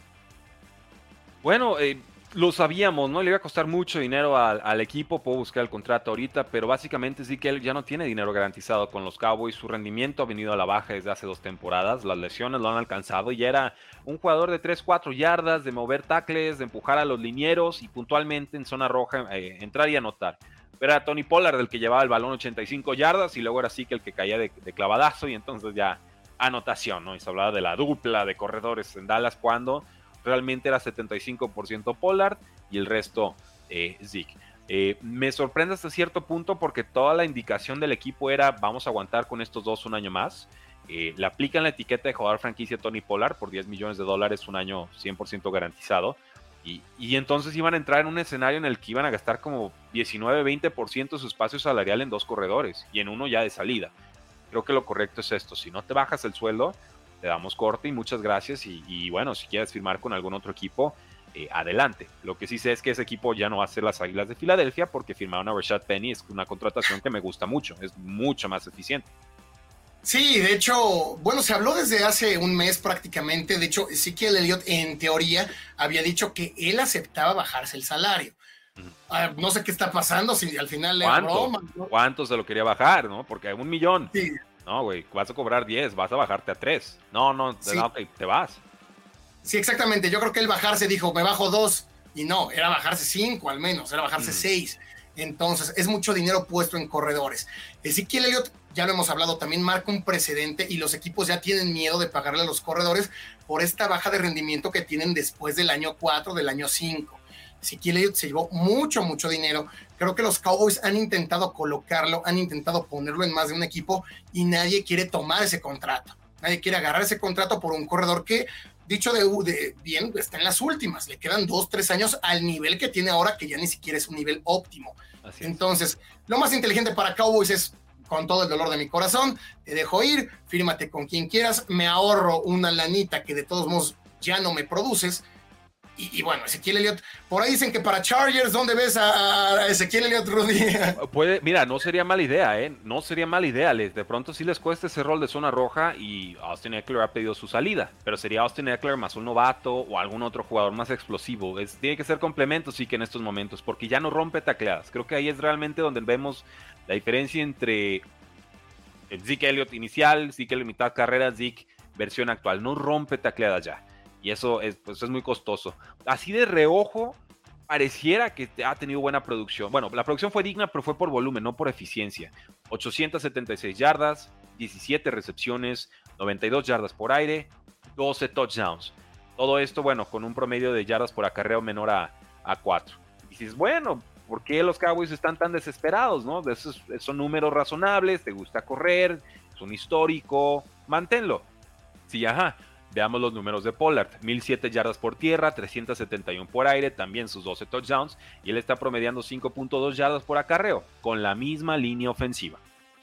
C: Bueno, eh, lo sabíamos, ¿no? Le iba a costar mucho dinero al, al equipo, puedo buscar el contrato ahorita, pero básicamente sí que él ya no tiene dinero garantizado con los Cowboys. Su rendimiento ha venido a la baja desde hace dos temporadas, las lesiones lo han alcanzado y ya era un jugador de tres, cuatro yardas, de mover tackles, de empujar a los linieros y puntualmente en zona roja eh, entrar y anotar. Pero era Tony Pollard el que llevaba el balón ochenta y cinco yardas y luego era sí que el que caía de, de clavadazo y entonces ya anotación, ¿no? Y se hablaba de la dupla de corredores en Dallas cuando realmente era setenta y cinco por ciento Pollard y el resto eh, Zeke. Eh, me sorprende hasta cierto punto porque toda la indicación del equipo era vamos a aguantar con estos dos un año más. Eh, le aplican la etiqueta de jugador franquicia a Tony Pollard por diez millones de dólares, un año cien por ciento garantizado. Y, y entonces iban a entrar en un escenario en el que iban a gastar como diecinueve a veinte por ciento de su espacio salarial en dos corredores y en uno ya de salida. Creo que lo correcto es esto, si no te bajas el sueldo, te damos corte y muchas gracias y, y bueno, si quieres firmar con algún otro equipo, eh, adelante. Lo que sí sé es que ese equipo ya no va a ser las Águilas de Filadelfia porque firmaron a Rashad Penny, es una contratación que me gusta mucho, es mucho más eficiente.
B: Sí, de hecho, bueno, se habló desde hace un mes prácticamente. De hecho, Ezekiel Elliott en teoría había dicho que él aceptaba bajarse el salario. Uh-huh. Ah, no sé qué está pasando, si al final le
C: broma, ¿no? ¿Cuánto se lo quería bajar, no? Porque un millón.
B: Sí.
C: No, güey, vas a cobrar diez, vas a bajarte a tres. No, no, sí. no okay, te vas.
B: Sí, exactamente. Yo creo que él bajarse dijo, me bajo dos. Y no, era bajarse cinco al menos, era bajarse uh-huh. seis. Entonces, es mucho dinero puesto en corredores. Ezekiel Elliott, ya lo hemos hablado, también marca un precedente y los equipos ya tienen miedo de pagarle a los corredores por esta baja de rendimiento que tienen después del año cuatro, del año cinco. Ezekiel Elliott se llevó mucho, mucho dinero. Creo que los Cowboys han intentado colocarlo, han intentado ponerlo en más de un equipo y nadie quiere tomar ese contrato. Nadie quiere agarrar ese contrato por un corredor que, dicho de, de bien, está en las últimas. Le quedan dos, tres años al nivel que tiene ahora, que ya ni siquiera es un nivel óptimo. Así Entonces, es. Lo más inteligente para Cowboys es, con todo el dolor de mi corazón, te dejo ir, fírmate con quien quieras, me ahorro una lanita que de todos modos ya no me produces. Y, y bueno, Ezekiel Elliott, por ahí dicen que para Chargers, ¿dónde ves a, a Ezekiel Elliott, Rudy?
C: Puede, mira, no sería mala idea, ¿eh? No sería mala idea. Les, de pronto sí les cuesta ese rol de zona roja y Austin Ekeler ha pedido su salida, pero sería Austin Ekeler más un novato o algún otro jugador más explosivo. Es, tiene que ser complemento, sí que en estos momentos, porque ya no rompe tacleadas. Creo que ahí es realmente donde vemos la diferencia entre el Zeke Elliott inicial, Zeke Elliott mitad carrera, Zeke versión actual. No rompe tacleadas ya. Y eso es, pues, es muy costoso. Así de reojo, pareciera que ha tenido buena producción. Bueno, la producción fue digna, pero fue por volumen, no por eficiencia. ochocientas setenta y seis yardas, diecisiete recepciones, noventa y dos yardas por aire, doce touchdowns. Todo esto, bueno, con un promedio de yardas por acarreo menor a, a cuatro. Y dices, bueno, ¿por qué los Cowboys están tan desesperados, no? Esos, son números razonables, te gusta correr, es un histórico, manténlo. Sí, ajá. Veamos los números de Pollard, mil siete yardas por tierra, trescientos setenta y uno por aire, también sus doce touchdowns, y él está promediando cinco punto dos yardas por acarreo, con la misma línea ofensiva.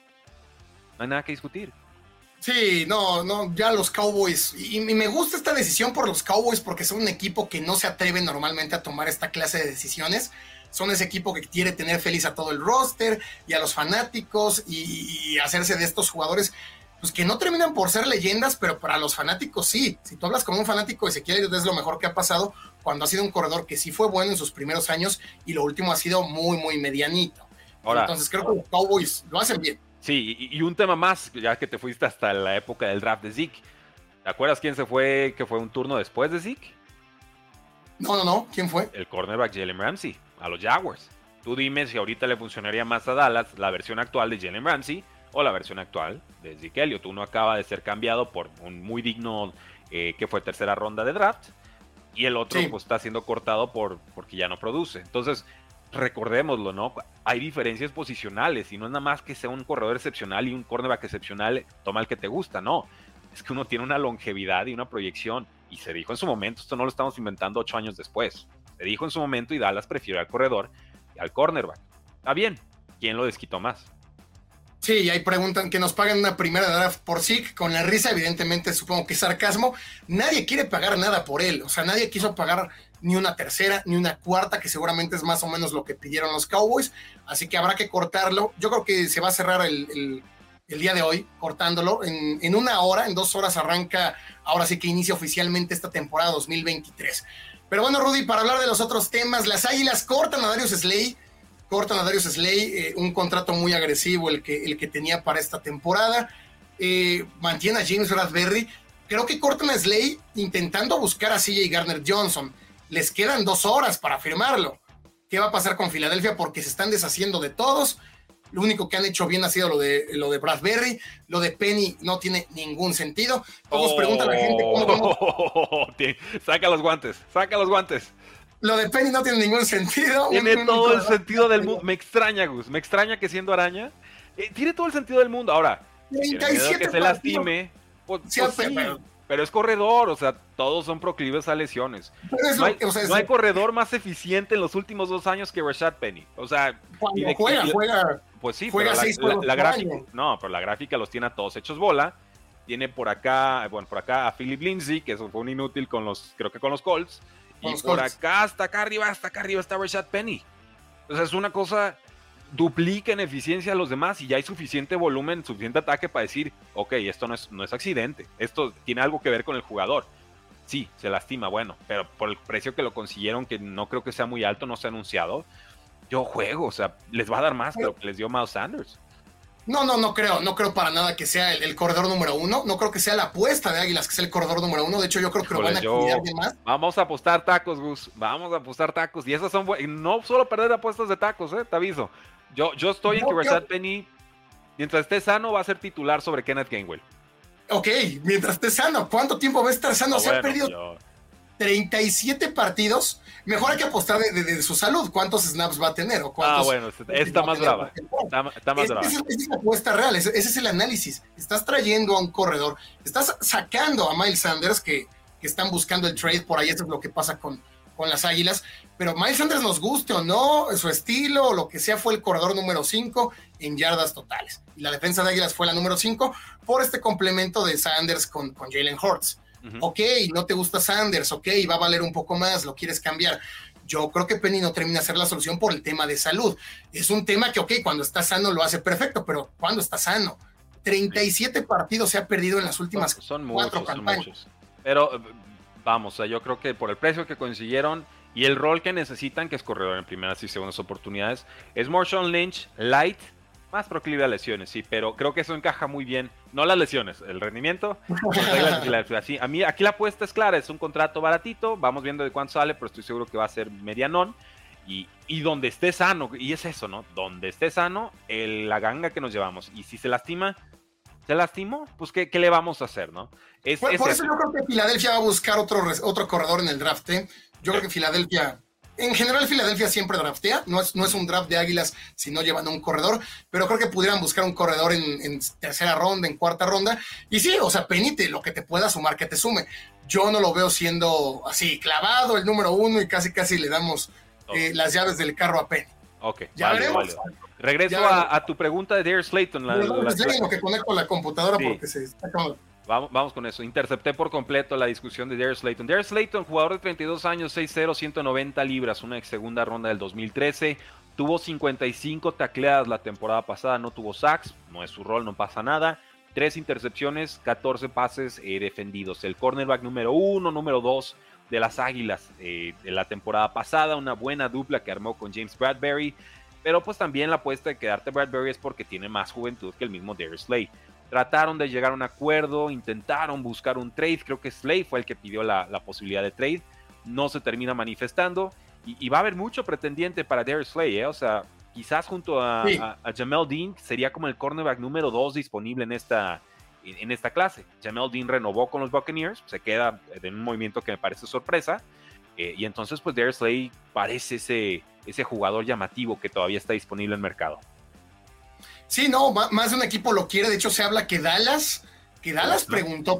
C: No hay nada que discutir.
B: Sí, no, no, ya los Cowboys, y, y me gusta esta decisión por los Cowboys porque son un equipo que no se atreve normalmente a tomar esta clase de decisiones. Son ese equipo que quiere tener feliz a todo el roster y a los fanáticos y, y hacerse de estos jugadores pues que no terminan por ser leyendas, pero para los fanáticos sí. Si tú hablas con un fanático de Ezekiel Elliott, es lo mejor que ha pasado cuando ha sido un corredor que sí fue bueno en sus primeros años y lo último ha sido muy, muy medianito. Ahora, Entonces creo que los Cowboys lo hacen bien.
C: Sí, y, y un tema más, ya que te fuiste hasta la época del draft de Zeke. ¿Te acuerdas quién se fue, que fue un turno después de Zeke?
B: No, no, no. ¿Quién fue?
C: El cornerback Jalen Ramsey, a los Jaguars. Tú dime si ahorita le funcionaría más a Dallas la versión actual de Jalen Ramsey o la versión actual de Zeke Elliott. Uno acaba de ser cambiado por un muy digno, eh, que fue tercera ronda de draft, y el otro sí. pues está siendo cortado por, porque ya no produce. Entonces, recordémoslo, ¿no? Hay diferencias posicionales, y no es nada más que sea un corredor excepcional y un cornerback excepcional, toma el que te gusta, no. Es que uno tiene una longevidad y una proyección. y se dijo en su momento, esto no lo estamos inventando ocho años después, se dijo en su momento y Dallas prefiere al corredor y al cornerback. Está bien, ¿quién lo desquitó más?
B: Sí, y ahí preguntan que nos paguen una primera draft por Zeke, con la risa, evidentemente supongo que es sarcasmo. Nadie quiere pagar nada por él, o sea, nadie quiso pagar ni una tercera, ni una cuarta, que seguramente es más o menos lo que pidieron los Cowboys, así que habrá que cortarlo. Yo creo que se va a cerrar el, el, el día de hoy, cortándolo. En, en una hora, en dos horas arranca, ahora sí que inicia oficialmente esta temporada dos mil veintitrés. Pero bueno, Rudy, para hablar de los otros temas, las Águilas cortan a Darius Slay, cortan a Darius Slay, eh, un contrato muy agresivo el que, el que tenía para esta temporada, eh, mantiene a James Bradberry. Creo que cortan a Slay intentando buscar a C J Gardner-Johnson. Les quedan dos horas para firmarlo. ¿Qué va a pasar con Filadelfia? Porque se están deshaciendo de todos. Lo único que han hecho bien ha sido lo de, lo de Bradberry. Lo de Penny no tiene ningún sentido. Todos
C: oh,
B: preguntan a la gente cómo, cómo...
C: Oh, saca los guantes, saca los guantes.
B: Lo de Penny no tiene ningún sentido.
C: Tiene
B: un,
C: todo
B: un...
C: el sentido del mundo. Me extraña, Gus. Me extraña que siendo araña. Eh, tiene todo el sentido del mundo. Ahora,
B: treinta y siete
C: que se lastime. Pues,
B: sí,
C: pues sí, pero... pero es corredor. O sea, todos son proclives a lesiones.
B: No hay,
C: lo,
B: o sea,
C: no hay corredor más eficiente en los últimos dos años que Rashad Penny. O sea,
B: cuando
C: de,
B: juega,
C: y,
B: juega.
C: Pues sí,
B: juega
C: pero
B: seis
C: la, la, la gráfica.
B: año.
C: No, pero la gráfica los tiene a todos hechos bola. Tiene por acá, bueno, por acá a Philip Lindsay, que eso fue un inútil con los, creo que con los Colts. Y por acá, hasta acá arriba, hasta acá arriba está Rashad Penny. O sea, es una cosa, duplica en eficiencia a los demás y ya hay suficiente volumen, suficiente ataque para decir, ok, esto no es, no es accidente, esto tiene algo que ver con el jugador. Sí, se lastima, bueno, pero por el precio que lo consiguieron, que no creo que sea muy alto, no se ha anunciado, yo juego, o sea, les va a dar más que lo que les dio Miles Sanders.
B: No, no, no creo, no creo para nada que sea el, el corredor número uno, no creo que sea la apuesta de Águilas que sea el corredor número uno, de hecho yo creo que Híjole, lo van a yo... cuidar bien más.
C: Vamos a apostar tacos, Gus, vamos a apostar tacos, y esas son buenas, no solo perder apuestas de tacos, eh, te aviso. Yo, yo estoy no, en que Rashad yo... Penny, mientras esté sano, va a ser titular sobre Kenneth Gainwell.
B: Ok, mientras esté sano, ¿cuánto tiempo va a estar sano?
C: No,
B: Se
C: bueno,
B: ha perdido
C: yo...
B: treinta y siete partidos, mejor hay que apostar de, de, de su salud, cuántos snaps va a tener o cuántos...
C: Ah, bueno, está más brava, está, está más
B: es,
C: brava.
B: Esa es la apuesta real, ese, ese es el análisis. Estás trayendo a un corredor, estás sacando a Miles Sanders, que, que están buscando el trade por ahí, eso es lo que pasa con, con las Águilas, pero Miles Sanders, nos guste o no, su estilo o lo que sea, fue el corredor número cinco en yardas totales, y la defensa de Águilas fue la número cinco por este complemento de Sanders con, con Jalen Hurts. Uh-huh. Ok, no te gusta Sanders, ok, va a valer un poco más, lo quieres cambiar. Yo creo que Penny no termina de ser la solución por el tema de salud. Es un tema que, ok, cuando está sano lo hace perfecto, pero ¿cuándo está sano? treinta y siete sí. partidos se ha perdido en las últimas son, son cuatro muchos, campañas. Son muchos.
C: Pero vamos, o sea, yo creo que por el precio que consiguieron y el rol que necesitan, que es corredor en primeras y segundas oportunidades, es Marshawn Lynch light, más proclive a lesiones, sí, pero creo que eso encaja muy bien. No las lesiones, el rendimiento. Así, a mí aquí la apuesta es clara, es un contrato baratito, vamos viendo de cuánto sale, pero estoy seguro que va a ser medianón. Y, y donde esté sano, y es eso, ¿no? Donde esté sano, el, la ganga que nos llevamos. Y si se lastima, ¿se lastimó? Pues ¿qué, qué le vamos a hacer, no? Es,
B: por
C: es
B: por eso, eso yo creo que Filadelfia va a buscar otro, otro corredor en el draft, ¿eh? Yo creo que Filadelfia... En general, Filadelfia siempre draftea, no es, no es un draft de Águilas si no llevan a un corredor, pero creo que pudieran buscar un corredor en, en tercera ronda, en cuarta ronda, y sí, o sea, Penite, lo que te pueda sumar, que te sume. Yo no lo veo siendo así, clavado el número uno y casi casi le damos eh, las llaves del carro a Penny.
C: Ok,
B: ya
C: vale,
B: veremos.
C: Vale. Regreso ya, a, a tu pregunta de Darius Slayton. La,
B: no,
C: la,
B: la, la, lo que conecto a la computadora sí. porque se está acabando.
C: Vamos, vamos con eso. Intercepté por completo la discusión de Darius Slayton. Darius Slayton, jugador de treinta y dos años, seis cero, ciento noventa libras, una ex segunda ronda del dos mil trece. Tuvo cincuenta y cinco tacleadas la temporada pasada, no tuvo sacks, no es su rol, no pasa nada. Tres intercepciones, catorce pases eh, defendidos. El cornerback número uno, número dos de las Águilas eh, de la temporada pasada. Una buena dupla que armó con James Bradberry. Pero pues también la apuesta de quedarte Bradberry es porque tiene más juventud que el mismo Darius Slay. Trataron de llegar a un acuerdo, intentaron buscar un trade, creo que Slay fue el que pidió la, la posibilidad de trade, no se termina manifestando, y, y va a haber mucho pretendiente para Darius Slay, ¿eh? O sea, quizás junto a, sí. a, a Jamel Dean sería como el cornerback número dos disponible en esta, en, en esta clase. Jamel Dean renovó con los Buccaneers, se queda en un movimiento que me parece sorpresa, eh, y entonces pues Darius Slay parece ese, ese jugador llamativo que todavía está disponible en el mercado.
B: Sí, no, más de un equipo lo quiere. De hecho, se habla que Dallas, que Dallas preguntó por él.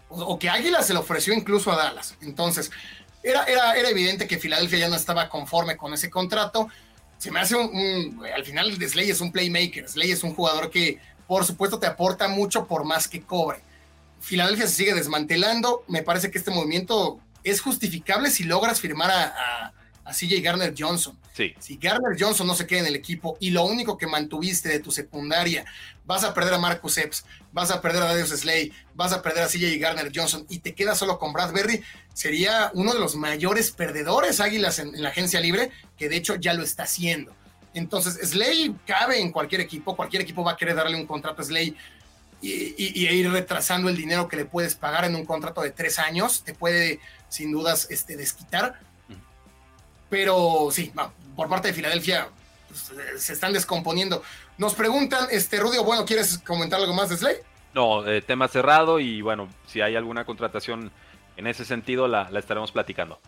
B: o, o que Águilas se lo ofreció incluso a Dallas. Entonces, era, era, era evidente que Filadelfia ya no estaba conforme con ese contrato. Se me hace un, un al final Slay es un playmaker, Slay es un jugador que por supuesto te aporta mucho por más que cobre. Filadelfia se sigue desmantelando, me parece que este movimiento es justificable si logras firmar a, a, a C J Garner Johnson.
C: Sí.
B: Si Garner Johnson no se queda en el equipo y lo único que mantuviste de tu secundaria, vas a perder a Marcus Epps, vas a perder a Darius Slay, vas a perder a C J Garner Johnson y te quedas solo con Bradbury, sería uno de los mayores perdedores Águilas en, en la agencia libre, que de hecho ya lo está haciendo. Entonces Slay cabe en cualquier equipo, cualquier equipo va a querer darle un contrato a Slay y, y, y ir retrasando el dinero que le puedes pagar en un contrato de tres años, te puede sin dudas este, desquitar. Pero sí, no, por parte de Filadelfia pues, se están descomponiendo. Nos preguntan, este Rudy, bueno, ¿quieres comentar algo más de Slay?
C: No, eh, tema cerrado y bueno, si hay alguna contratación en ese sentido la, la estaremos platicando.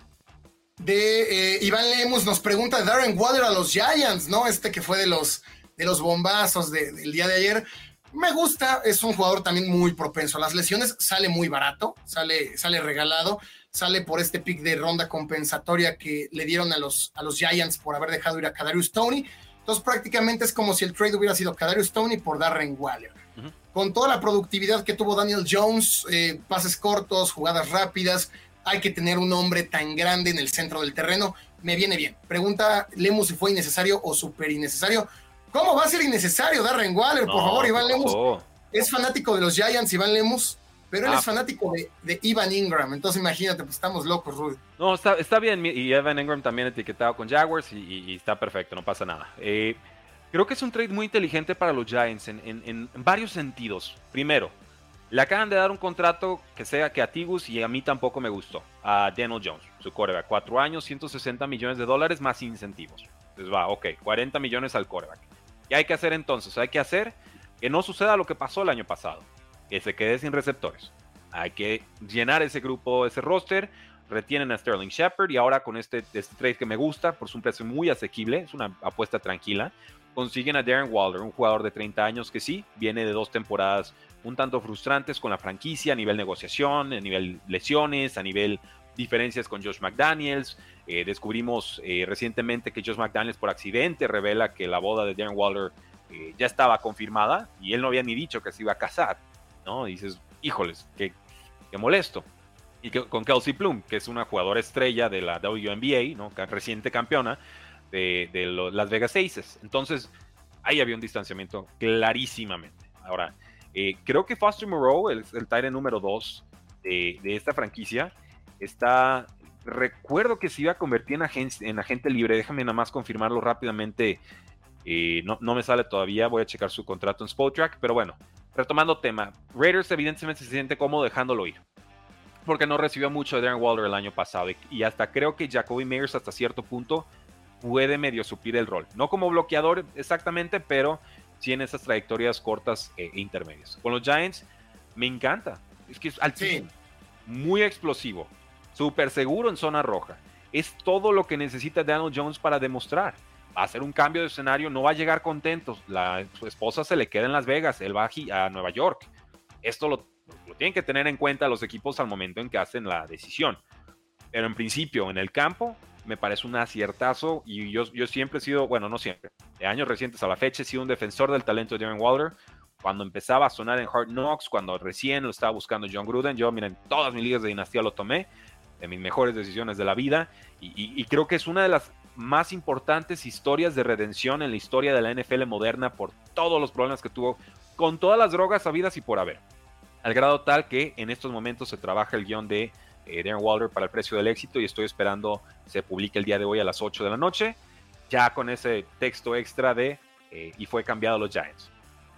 B: De eh, Iván Lemus nos pregunta Darren Waller a los Giants, ¿no? Este que fue de los, de los bombazos de, del día de ayer. Me gusta, es un jugador también muy propenso a las lesiones, sale muy barato, sale, sale regalado, sale por este pick de ronda compensatoria que le dieron a los, a los Giants por haber dejado ir a Kadarius Toney. Entonces prácticamente es como si el trade hubiera sido Kadarius Toney por Darren Waller. Uh-huh. Con toda la productividad que tuvo Daniel Jones, eh, pases cortos, jugadas rápidas, hay que tener un hombre tan grande en el centro del terreno, me viene bien. Pregunta Lemus si fue innecesario o súper innecesario. ¿Cómo va a ser innecesario Darren Waller? Por no, favor, Iván Lemus. Es fanático de los Giants, Iván Lemus, pero él ah, es fanático de, de Evan Ingram. Entonces imagínate, pues estamos locos, Rudy.
C: No, está, está bien. Y Evan Ingram también etiquetado con Jaguars y, y, y está perfecto, no pasa nada. Eh, creo que es un trade muy inteligente para los Giants en, en, en varios sentidos. Primero, le acaban de dar un contrato que sea que a Tigus y a mí tampoco me gustó. A Daniel Jones, su quarterback. Cuatro años, ciento sesenta millones de dólares más incentivos. Entonces va, ok, cuarenta millones al quarterback. ¿Qué hay que hacer entonces? Hay que hacer que no suceda lo que pasó el año pasado, que se quede sin receptores. Hay que llenar ese grupo, ese roster, retienen a Sterling Shepard y ahora con este, este trade que me gusta, por un precio muy asequible, es una apuesta tranquila, consiguen a Darren Waller, un jugador de treinta años que sí, viene de dos temporadas un tanto frustrantes con la franquicia a nivel negociación, a nivel lesiones, a nivel diferencias con Josh McDaniels. Eh, descubrimos eh, recientemente que Josh McDaniels por accidente revela que la boda de Darren Waller eh, ya estaba confirmada y él no había ni dicho que se iba a casar, ¿no? Y dices, híjoles, qué, qué molesto. Y que, con Kelsey Plum, que es una jugadora estrella de la W N B A, ¿no? Reciente campeona de, de los Las Vegas Aces. Entonces, ahí había un distanciamiento clarísimamente. Ahora, eh, creo que Foster Moreau, el, el tight end número dos de, de esta franquicia, está... Recuerdo que se iba a convertir en, agen, en agente libre. Déjame nada más confirmarlo rápidamente. Eh, no, no me sale todavía. Voy a checar su contrato en Spotrac. Pero bueno, retomando tema. Raiders evidentemente se siente cómodo dejándolo ir, porque no recibió mucho de Darren Waller el año pasado. Y, y hasta creo que Jacoby Meyers hasta cierto punto puede medio suplir el rol. No como bloqueador exactamente, pero sí en esas trayectorias cortas e intermedias. Con los Giants me encanta. Es que es altísimo. Sí. Muy explosivo. Súper seguro en zona roja. Es todo lo que necesita Daniel Jones para demostrar. Va a hacer un cambio de escenario, no va a llegar contento. La, su esposa se le queda en Las Vegas, él va a, a Nueva York. Esto lo, lo tienen que tener en cuenta los equipos al momento en que hacen la decisión. Pero en principio, en el campo, me parece un aciertazo. Y yo, yo siempre he sido, bueno, no siempre, de años recientes a la fecha, he sido un defensor del talento de Darren Waller. Cuando empezaba a sonar en Hard Knocks, cuando recién lo estaba buscando John Gruden, yo, miren, todas mis ligas de dinastía lo tomé, de mis mejores decisiones de la vida, y, y, y creo que es una de las más importantes historias de redención en la historia de la N F L moderna por todos los problemas que tuvo con todas las drogas habidas y por haber, al grado tal que en estos momentos se trabaja el guión de eh, Darren Waller para el precio del éxito y estoy esperando se publique el día de hoy a las ocho de la noche, ya con ese texto extra de eh, y fue cambiado a los Giants.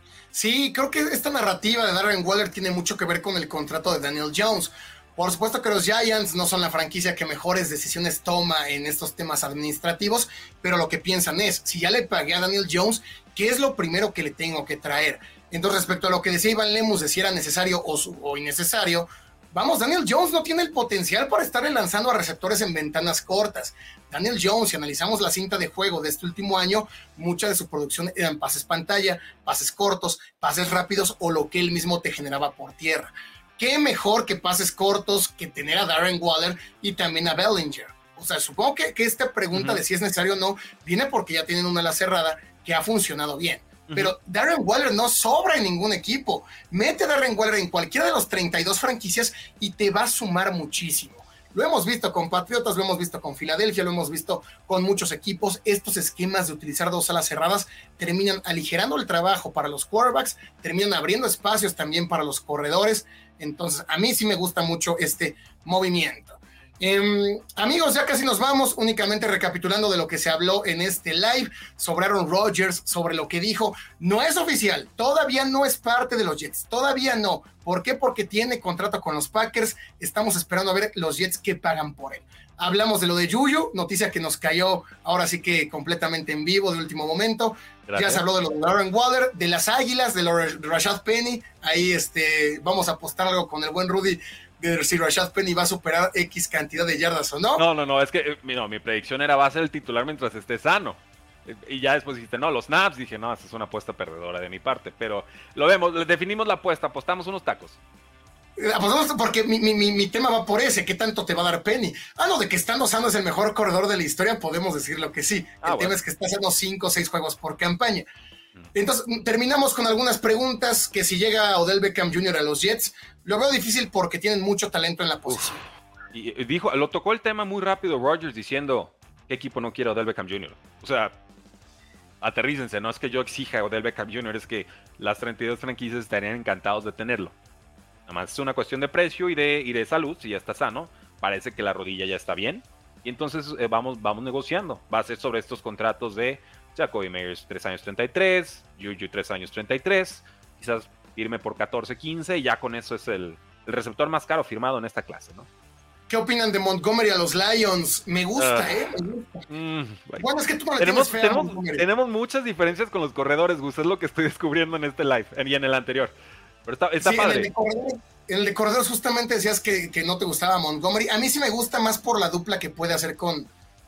B: Sí, creo que esta narrativa de Darren Waller tiene mucho que ver con el contrato de Daniel Jones. Por supuesto que los Giants no son la franquicia que mejores decisiones toma en estos temas administrativos, pero lo que piensan es, si ya le pagué a Daniel Jones, ¿qué es lo primero que le tengo que traer? Entonces, respecto a lo que decía Iván Lemus, de si era necesario o, su, o innecesario, vamos, Daniel Jones no tiene el potencial para estarle lanzando a receptores en ventanas cortas. Daniel Jones, si analizamos la cinta de juego de este último año, mucha de su producción eran pases pantalla, pases cortos, pases rápidos o lo que él mismo te generaba por tierra. qué mejor que pases cortos que tener a Darren Waller y también a Bellinger. O sea, supongo que, que esta pregunta uh-huh. de si es necesario o no viene porque ya tienen una ala cerrada que ha funcionado bien. Uh-huh. Pero Darren Waller no sobra en ningún equipo. Mete a Darren Waller en cualquiera de los treinta y dos franquicias y te va a sumar muchísimo. Lo hemos visto con Patriotas, lo hemos visto con Filadelfia, lo hemos visto con muchos equipos. Estos esquemas de utilizar dos alas cerradas terminan aligerando el trabajo para los quarterbacks, terminan abriendo espacios también para los corredores. Entonces, a mí sí me gusta mucho este movimiento. Eh, amigos, ya casi nos vamos, únicamente recapitulando de lo que se habló en este live sobre Aaron Rodgers, sobre lo que dijo. No es oficial, todavía no es parte de los Jets, todavía no. ¿Por qué? Porque tiene contrato con los Packers, estamos esperando a ver los Jets que pagan por él. Hablamos de lo de Juju, noticia que nos cayó ahora sí que completamente en vivo de último momento. Gracias. Ya se habló de lo de Darren Waller, de las Águilas, de lo de Rashad Penny. Ahí este, vamos a apostar algo con el buen Rudy, de si Rashad Penny va a superar X cantidad de yardas o no.
C: No, no, no, es que no, mi predicción era va a ser el titular mientras esté sano. Y ya después dijiste, no, los snaps, dije, no, esa es una apuesta perdedora de mi parte. Pero lo vemos, definimos la apuesta, apostamos unos tacos.
B: Apostamos porque mi, mi, mi, mi tema va por ese, ¿qué tanto te va a dar Penny? Ah, no, de que estando sano es el mejor corredor de la historia, podemos decirlo que sí. Ah, el bueno. tema es que está haciendo cinco o seis juegos por campaña. Entonces, terminamos con algunas preguntas, que si llega Odell Beckham junior a los Jets, lo veo difícil porque tienen mucho talento en la posición.
C: Uf. Y dijo, lo tocó el tema muy rápido Rodgers diciendo, ¿qué equipo no quiere a Odell Beckham junior? O sea, aterrícense, no es que yo exija a Odell Beckham junior, es que las treinta y dos franquicias estarían encantados de tenerlo. Nada más es una cuestión de precio y de, y de salud, si ya está sano, parece que la rodilla ya está bien, y entonces eh, vamos, vamos negociando. Va a ser sobre estos contratos de Jacoby Meyers, tres años treinta y tres, Juju tres años treinta y tres, quizás firme por catorce, quince, y ya con eso es el, el receptor más caro firmado en esta clase, ¿no?
B: ¿Qué opinan de Montgomery a los Lions? Me gusta, uh, ¿eh? Me gusta. Mm, bueno. bueno, es que tú no le
C: tenemos,
B: tienes fea
C: tenemos, tenemos muchas diferencias con los corredores, Gus, es lo que estoy descubriendo en este live y en el anterior. Pero está, está
B: sí,
C: padre.
B: En el de corredores, el de corredores justamente decías que, que no te gustaba Montgomery. A mí sí me gusta más por la dupla que puede hacer con,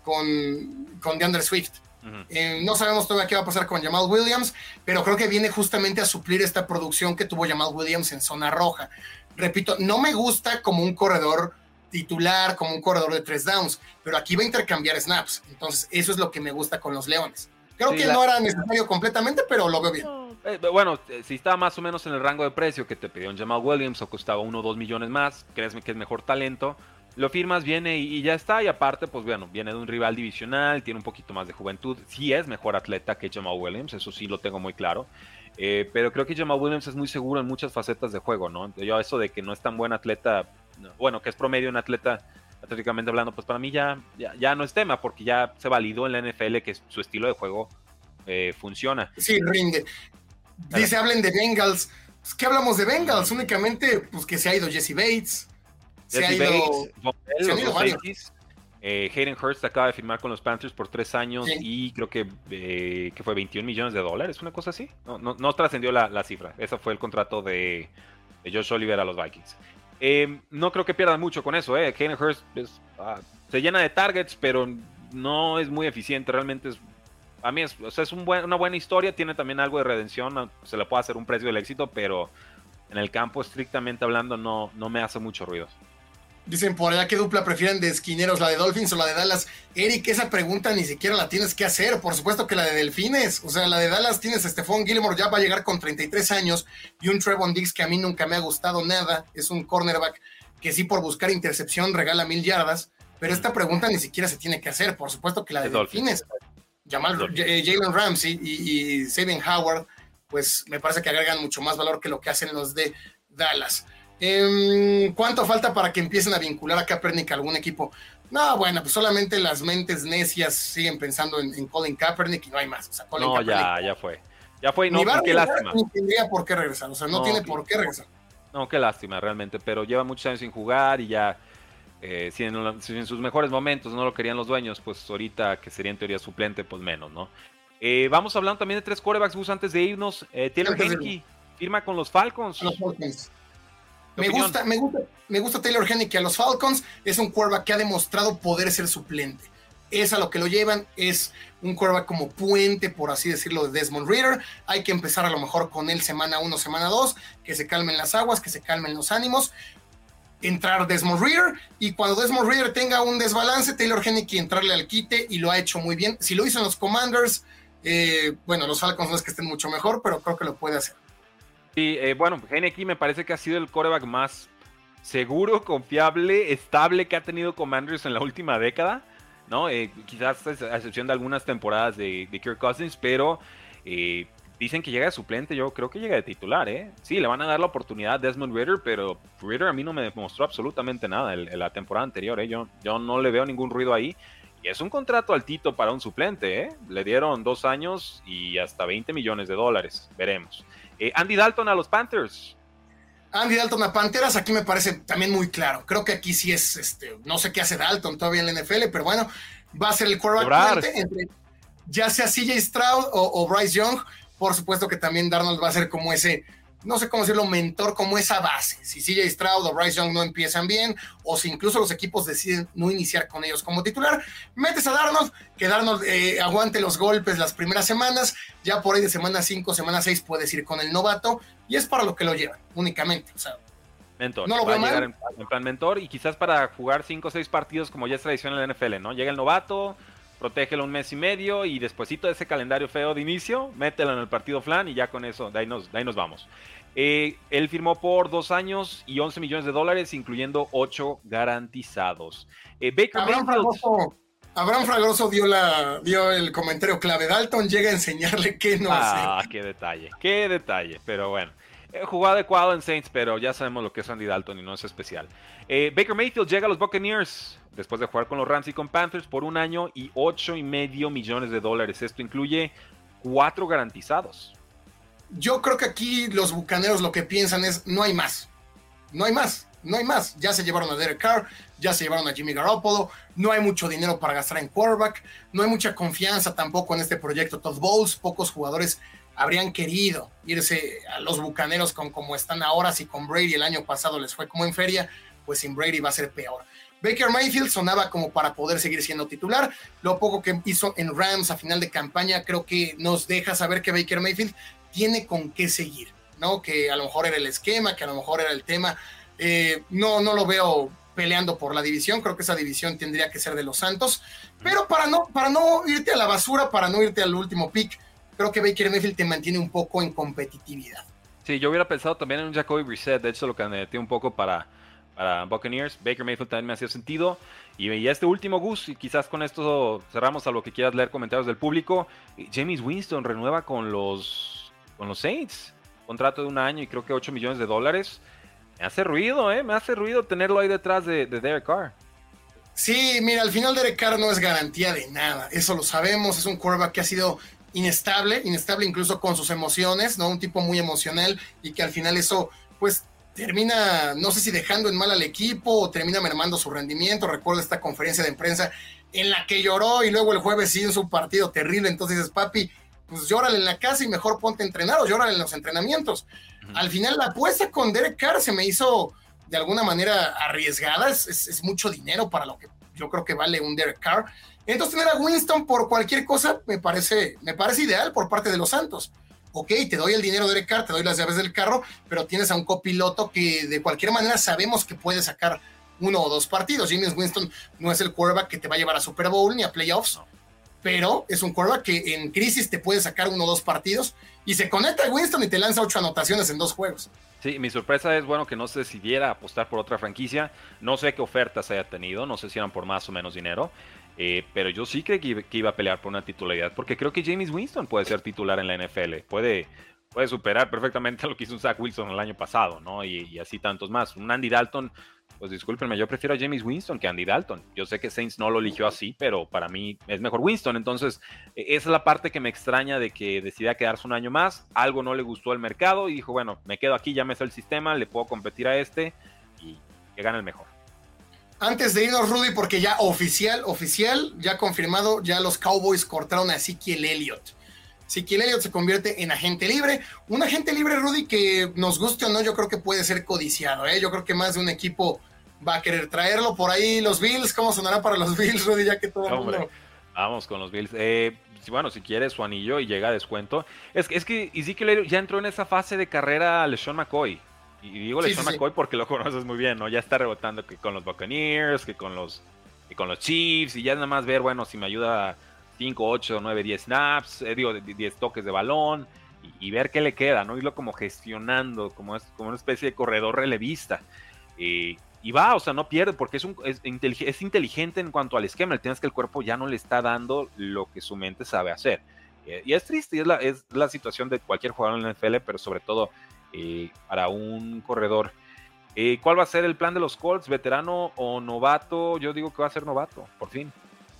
B: con, con DeAndre Swift. Uh-huh. Eh, no sabemos todavía qué va a pasar con Jamal Williams, pero creo que viene justamente a suplir esta producción que tuvo Jamal Williams en zona roja. Repito, no me gusta como un corredor titular, como un corredor de tres downs, pero aquí va a intercambiar snaps, entonces eso es lo que me gusta con los Leones. Creo sí, que la... no era necesario completamente, pero lo veo bien.
C: Eh, bueno, si está más o menos en el rango de precio que te pidió en Jamal Williams o costaba uno o dos millones más, crees que es mejor talento, lo firmas, viene y, y ya está, y aparte, pues bueno, viene de un rival divisional, tiene un poquito más de juventud, sí es mejor atleta que Jamal Williams, eso sí lo tengo muy claro, eh, pero creo que Jamal Williams es muy seguro en muchas facetas de juego, ¿no? Yo eso de que no es tan buen atleta, bueno, que es promedio en atleta, atléticamente hablando, pues para mí ya, ya, ya no es tema, porque ya se validó en la N F L que su estilo de juego eh, funciona.
B: Sí, rinde. Dice, hablen de Bengals. Pues, ¿qué hablamos de Bengals? Mm. Únicamente, pues que se ha ido Jesse Bates. Se
C: Jesse
B: ha ido,
C: Bates, Von Bell,
B: se han ido varios.
C: Safeties. Eh, Hayden Hurst acaba de firmar con los Panthers por tres años sí. y creo que, eh, que fue veintiún millones de dólares, una cosa así. No, no, no trascendió la, la cifra. Ese fue el contrato de, de Josh Oliver a los Vikings. Eh, no creo que pierdan mucho con eso. Eh. Hayden Hurst es, uh, se llena de targets, pero no es muy eficiente. Realmente es, a mí es, o sea, es un buen, una buena historia. Tiene también algo de redención. Se le puede hacer un precio del éxito, pero en el campo, estrictamente hablando, no, no me hace mucho ruido.
B: Dicen por allá, ¿qué dupla prefieren de esquineros, la de Dolphins o la de Dallas? Eric, esa pregunta ni siquiera la tienes que hacer, por supuesto que la de Delfines, o sea, la de Dallas tienes a Stephon Gilmore, ya va a llegar con treinta y tres años, y un Trevon Diggs que a mí nunca me ha gustado nada, es un cornerback que sí por buscar intercepción regala mil yardas, pero esta pregunta ni siquiera se tiene que hacer, por supuesto que la de, de Delfines. Jamal, Jalen Ramsey y, y Xavier Howard, pues me parece que agregan mucho más valor que lo que hacen los de Dallas. ¿Cuánto falta para que empiecen a vincular a Kaepernick a algún equipo? No, bueno, pues solamente las mentes necias siguen pensando en, en Colin Kaepernick y no hay más. O sea, Colin
C: no,
B: Kaepernick,
C: ya, ya fue. Ya fue y no,
B: ni
C: qué lástima.
B: Ni tendría por qué regresar, o sea, no, no tiene
C: que,
B: por qué regresar.
C: No, qué lástima realmente, pero lleva muchos años sin jugar y ya, eh, si, en, si en sus mejores momentos no lo querían los dueños, pues ahorita que sería en teoría suplente, pues menos, ¿no? Eh, vamos hablando también de tres quarterbacks, Gus, antes de irnos. Eh, Taylor Heinicke firma con los Falcons.
B: Los Falcons. Me gusta, me, gusta, me gusta Taylor Heinicke a los Falcons, es un quarterback que ha demostrado poder ser suplente. es a lo que lo llevan, es un quarterback como puente, por así decirlo, de Desmond Ridder. Hay que empezar a lo mejor con él semana uno, semana dos, que se calmen las aguas, que se calmen los ánimos, entrar Desmond Ridder, y cuando Desmond Ridder tenga un desbalance, Taylor Heinicke entrarle al quite, y lo ha hecho muy bien. Si lo hizo en los Commanders, eh, bueno, los Falcons no es que estén mucho mejor, pero creo que lo puede hacer.
C: Sí, eh, bueno, Heinicke me parece que ha sido el quarterback más seguro, confiable, estable que ha tenido Commanders en la última década, ¿no? Eh, quizás a excepción de algunas temporadas de, de Kirk Cousins, pero eh, dicen que llega de suplente, yo creo que llega de titular, ¿eh? Sí, le van a dar la oportunidad a Desmond Ridder, pero Ridder a mí no me demostró absolutamente nada en la temporada anterior, ¿eh? Yo, yo no le veo ningún ruido ahí. Y es un contrato altito para un suplente, ¿eh? Le dieron dos años y hasta veinte millones de dólares, veremos. Eh, Andy Dalton a los Panthers.
B: Andy Dalton a Panteras, aquí me parece también muy claro. Creo que aquí sí es, este, no sé qué hace Dalton todavía en la N F L, pero bueno, va a ser el quarterback entre ya sea C J Stroud o, o Bryce Young. Por supuesto que también Darnold va a ser como ese, no sé cómo decirlo, mentor, como esa base. Si C J Stroud o Bryce Young no empiezan bien, o si incluso los equipos deciden no iniciar con ellos como titular, metes a Darnold, que Darnold eh, aguante los golpes las primeras semanas, ya por ahí de semana cinco, semana seis puedes ir con el novato, y es para lo que lo llevan, únicamente. O sea,
C: mentor,
B: no lo
C: va
B: veo
C: a llegar
B: mal.
C: En, en plan mentor, y quizás para jugar cinco o seis partidos como ya es tradición en la N F L, ¿no? Llega el novato, protégelo un mes y medio, y despuesito de ese calendario feo de inicio, mételo en el partido flan, y ya con eso, de ahí nos, de ahí nos vamos. Eh, él firmó por dos años y once millones de dólares, incluyendo ocho garantizados. Eh, Baker
B: Abraham
C: Mayfield.
B: Fragoso, Abraham Fragoso dio, la, dio el comentario clave. Dalton llega a enseñarle qué no
C: Ah,
B: hacer.
C: qué detalle, qué detalle, pero bueno. Eh, jugó adecuado en Saints, pero ya sabemos lo que es Andy Dalton y no es especial. Eh, Baker Mayfield llega a los Buccaneers después de jugar con los Rams y con Panthers por un año y ocho y medio millones de dólares. Esto incluye cuatro garantizados.
B: Yo creo que aquí los bucaneros lo que piensan es, no hay más, no hay más, no hay más. Ya se llevaron a Derek Carr, ya se llevaron a Jimmy Garoppolo, no hay mucho dinero para gastar en quarterback, no hay mucha confianza tampoco en este proyecto Todd Bowles. Pocos jugadores habrían querido irse a los bucaneros con como están ahora. Si con Brady el año pasado les fue como en feria, pues sin Brady va a ser peor. Baker Mayfield sonaba como para poder seguir siendo titular. Lo poco que hizo en Rams a final de campaña creo que nos deja saber que Baker Mayfield tiene con qué seguir, ¿no? Que a lo mejor era el esquema, que a lo mejor era el tema. Eh, no, no lo veo peleando por la división. Creo que esa división tendría que ser de los Santos. Pero para no, para no irte a la basura, para no irte al último pick, creo que Baker Mayfield te mantiene un poco en competitividad.
C: Sí, yo hubiera pensado también en un Jacoby Brissett. De hecho, lo candidateé un poco para, para Buccaneers. Baker Mayfield también me hacía sentido. Y, y este último, Gus, y quizás con esto cerramos a lo que quieras leer comentarios del público. Jameis Winston renueva con los... con los Saints, contrato de un año y creo que ocho millones de dólares. Me hace ruido, ¿eh? Me hace ruido tenerlo ahí detrás de, de Derek Carr.
B: Sí, mira, al final Derek Carr no es garantía de nada, eso lo sabemos. Es un quarterback que ha sido inestable, inestable incluso con sus emociones, ¿no? Un tipo muy emocional, y que al final eso, pues, termina, no sé si dejando en mal al equipo o termina mermando su rendimiento. Recuerdo esta conferencia de prensa en la que lloró, y luego el jueves sí en su partido terrible. Entonces dices, papi, pues llórale en la casa y mejor ponte a entrenar, o llórale en los entrenamientos. Uh-huh. Al final la apuesta con Derek Carr se me hizo de alguna manera arriesgada. Es, es, es mucho dinero para lo que yo creo que vale un Derek Carr. Entonces tener a Winston por cualquier cosa me parece, me parece ideal por parte de los Santos. Ok, te doy el dinero de Derek Carr, te doy las llaves del carro, pero tienes a un copiloto que de cualquier manera sabemos que puede sacar uno o dos partidos. Jameis Winston no es el quarterback que te va a llevar a Super Bowl ni a playoffs, no, pero es un quarterback que en crisis te puede sacar uno o dos partidos, y se conecta a Winston y te lanza ocho anotaciones en dos juegos.
C: Sí, mi sorpresa es, bueno, que no se decidiera apostar por otra franquicia. No sé qué ofertas haya tenido, no sé si eran por más o menos dinero, eh, pero yo sí creí que iba, que iba a pelear por una titularidad, porque creo que Jameis Winston puede ser titular en la N F L, puede, puede superar perfectamente lo que hizo un Zach Wilson el año pasado, ¿no? Y, y así tantos más. Un Andy Dalton, pues discúlpenme, yo prefiero a Jameis Winston que a Andy Dalton. Yo sé que Saints no lo eligió así, pero para mí es mejor Winston. Entonces, esa es la parte que me extraña de que decida quedarse un año más. Algo no le gustó al mercado y dijo, bueno, me quedo aquí, ya me sé el sistema, le puedo competir a este y que gane el mejor.
B: Antes de irnos, Rudy, porque ya oficial, oficial, ya confirmado, ya los Cowboys cortaron a Ezekiel Elliott. Ezekiel Elliott se convierte en agente libre. Un agente libre, Rudy, que nos guste o no, yo creo que puede ser codiciado, ¿eh? Yo creo que más de un equipo va a querer traerlo por ahí. Los Bills, ¿cómo sonará para los Bills, Rudy? Ya que todo el
C: Hombre,
B: mundo...
C: vamos con los Bills. Eh, bueno, si quieres su anillo y llega a descuento. Es, es que Ezekiel Elliott ya entró en esa fase de carrera a LeSean McCoy. Y digo
B: Sí,
C: LeSean
B: sí, sí.
C: McCoy porque lo conoces muy bien, ¿no? Ya está rebotando que con los Buccaneers, que con los, que con los Chiefs, y ya nada más ver, bueno, si me ayuda cinco, ocho, nueve, diez snaps, eh, digo, diez toques de balón, y, y ver qué le queda, ¿no? Irlo como gestionando, como, es, como una especie de corredor relevista. Eh, y va, o sea, no pierde, porque es, un, es, intelig es inteligente en cuanto al esquema. El tema es que el cuerpo ya no le está dando lo que su mente sabe hacer. Eh, y es triste, y es la, es la situación de cualquier jugador en la N F L, pero sobre todo eh, para un corredor. Eh, ¿Cuál va a ser el plan de los Colts? ¿Veterano o novato? Yo digo que va a ser novato, por fin.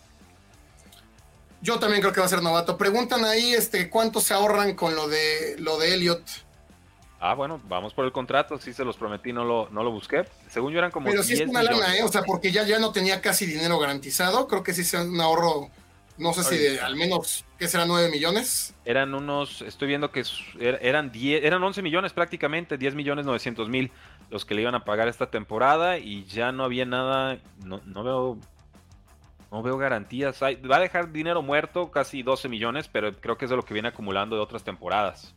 B: Yo también creo que va a ser novato. Preguntan ahí este, cuánto se ahorran con lo de, lo de Elliott.
C: Ah, bueno, vamos por el contrato. Sí se los prometí, no lo, no lo busqué. Según yo eran como
B: Pero sí es
C: diez
B: una
C: millones.
B: lana, ¿eh? O sea, porque ya, ya no tenía casi dinero garantizado. Creo que sí es un ahorro, no sé si de al menos, ¿qué será? nueve millones.
C: Eran unos, estoy viendo que eran diez, eran once millones prácticamente, diez millones novecientos mil los que le iban a pagar esta temporada y ya no había nada, no, no veo, no veo garantías. Va a dejar dinero muerto, casi doce millones, pero creo que es de lo que viene acumulando de otras temporadas.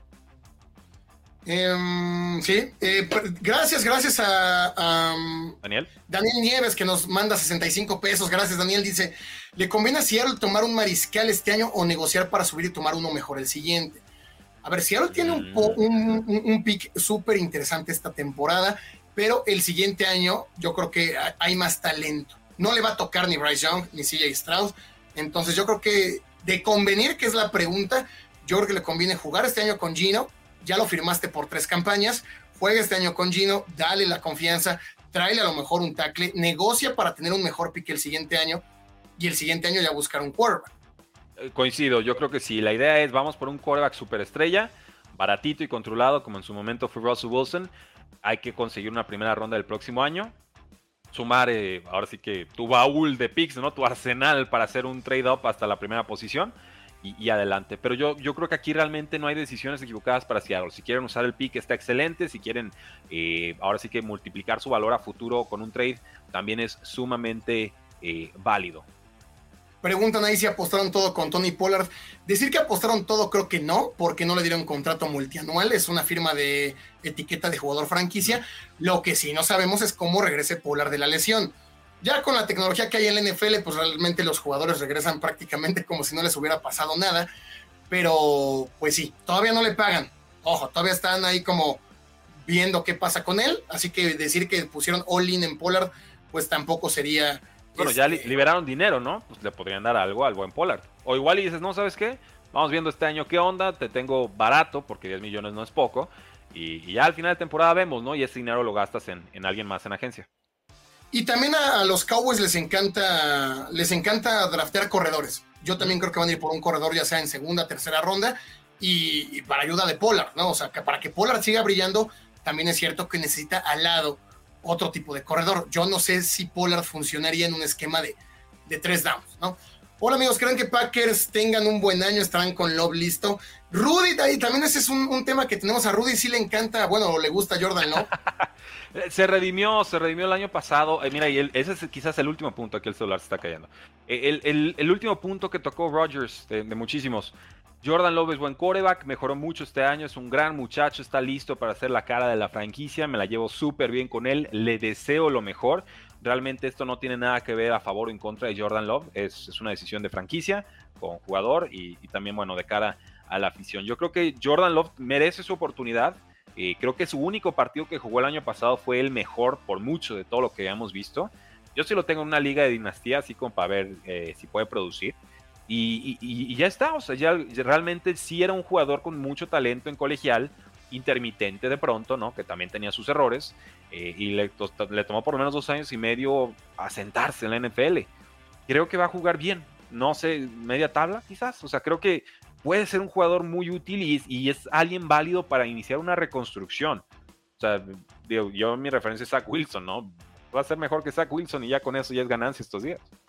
B: Eh, sí, eh, gracias, gracias a, a
C: Daniel.
B: Daniel Nieves que nos manda sesenta y cinco pesos. Gracias, Daniel. Dice: ¿le conviene a Seattle tomar un mariscal este año o negociar para subir y tomar uno mejor el siguiente? A ver, Seattle tiene un, un, un, un pick súper interesante esta temporada, pero el siguiente año yo creo que hay más talento. No le va a tocar ni Bryce Young ni C J Stroud. Entonces yo creo que de convenir, que es la pregunta, yo creo que le conviene jugar este año con Gino. Ya lo firmaste por tres campañas, juega este año con Gino, dale la confianza, tráele a lo mejor un tackle, negocia para tener un mejor pick el siguiente año y el siguiente año ya buscar un quarterback.
C: Coincido, yo creo que sí, la idea es vamos por un quarterback superestrella, baratito y controlado como en su momento fue Russell Wilson. Hay que conseguir una primera ronda del próximo año, sumar eh, ahora sí que tu baúl de picks, ¿no? Tu arsenal para hacer un trade-up hasta la primera posición. Y, y adelante, pero yo, yo creo que aquí realmente no hay decisiones equivocadas para Seattle. Si quieren usar el pick está excelente, si quieren eh, ahora sí que multiplicar su valor a futuro con un trade también es sumamente eh, válido.
B: Preguntan ahí si apostaron todo con Tony Pollard. Decir que apostaron todo creo que no, porque no le dieron contrato multianual, es una firma de etiqueta de jugador franquicia. Lo que sí no sabemos es cómo regrese Pollard de la lesión. Ya con la tecnología que hay en la N F L, pues realmente los jugadores regresan prácticamente como si no les hubiera pasado nada. Pero, pues sí, todavía no le pagan. Ojo, todavía están ahí como viendo qué pasa con él. Así que decir que pusieron all-in en Pollard, pues tampoco sería...
C: Bueno, este... ya li liberaron dinero, ¿no? Pues le podrían dar algo al buen Pollard. O igual y dices, no, ¿sabes qué? Vamos viendo este año qué onda, te tengo barato, porque diez millones no es poco. Y, y ya al final de temporada vemos, ¿no? Y ese dinero lo gastas en, en alguien más en agencia.
B: Y también a, a los Cowboys les encanta, les encanta draftear corredores. Yo también creo que van a ir por un corredor, ya sea en segunda, tercera ronda, y, y para ayuda de Pollard, ¿no? O sea, que para que Pollard siga brillando, también es cierto que necesita al lado otro tipo de corredor. Yo no sé si Pollard funcionaría en un esquema de, de tres downs, ¿no? Hola amigos, ¿creen que Packers tengan un buen año? ¿Estarán con Love listo? Rudy, ahí también ese es un, un tema que tenemos a Rudy, sí le encanta, bueno, le gusta Jordan Love.
C: Se redimió, se redimió el año pasado. Eh, mira, y el, ese es quizás el último punto, aquí el celular se está cayendo. El, el, el último punto que tocó Rodgers, de, de muchísimos. Jordan Love es buen quarterback, mejoró mucho este año, es un gran muchacho, está listo para ser la cara de la franquicia, me la llevo súper bien con él, le deseo lo mejor. Realmente esto no tiene nada que ver a favor o en contra de Jordan Love, es, es una decisión de franquicia con jugador y, y también, bueno, de cara a la afición. Yo creo que Jordan Love merece su oportunidad. Eh, creo que su único partido que jugó el año pasado fue el mejor por mucho de todo lo que habíamos visto. Yo sí lo tengo en una liga de dinastía, así como para ver eh, si puede producir. Y, y, y ya está, o sea, ya, ya realmente sí era un jugador con mucho talento en colegial, intermitente de pronto, ¿no? Que también tenía sus errores. Eh, y le, le tomó por lo menos dos años y medio asentarse en la N F L. Creo que va a jugar bien, no sé, media tabla quizás. O sea, creo que puede ser un jugador muy útil y, y es alguien válido para iniciar una reconstrucción. O sea, digo, yo mi referencia es Zach Wilson, ¿no? Va a ser mejor que Zach Wilson y ya con eso ya es ganancia estos días.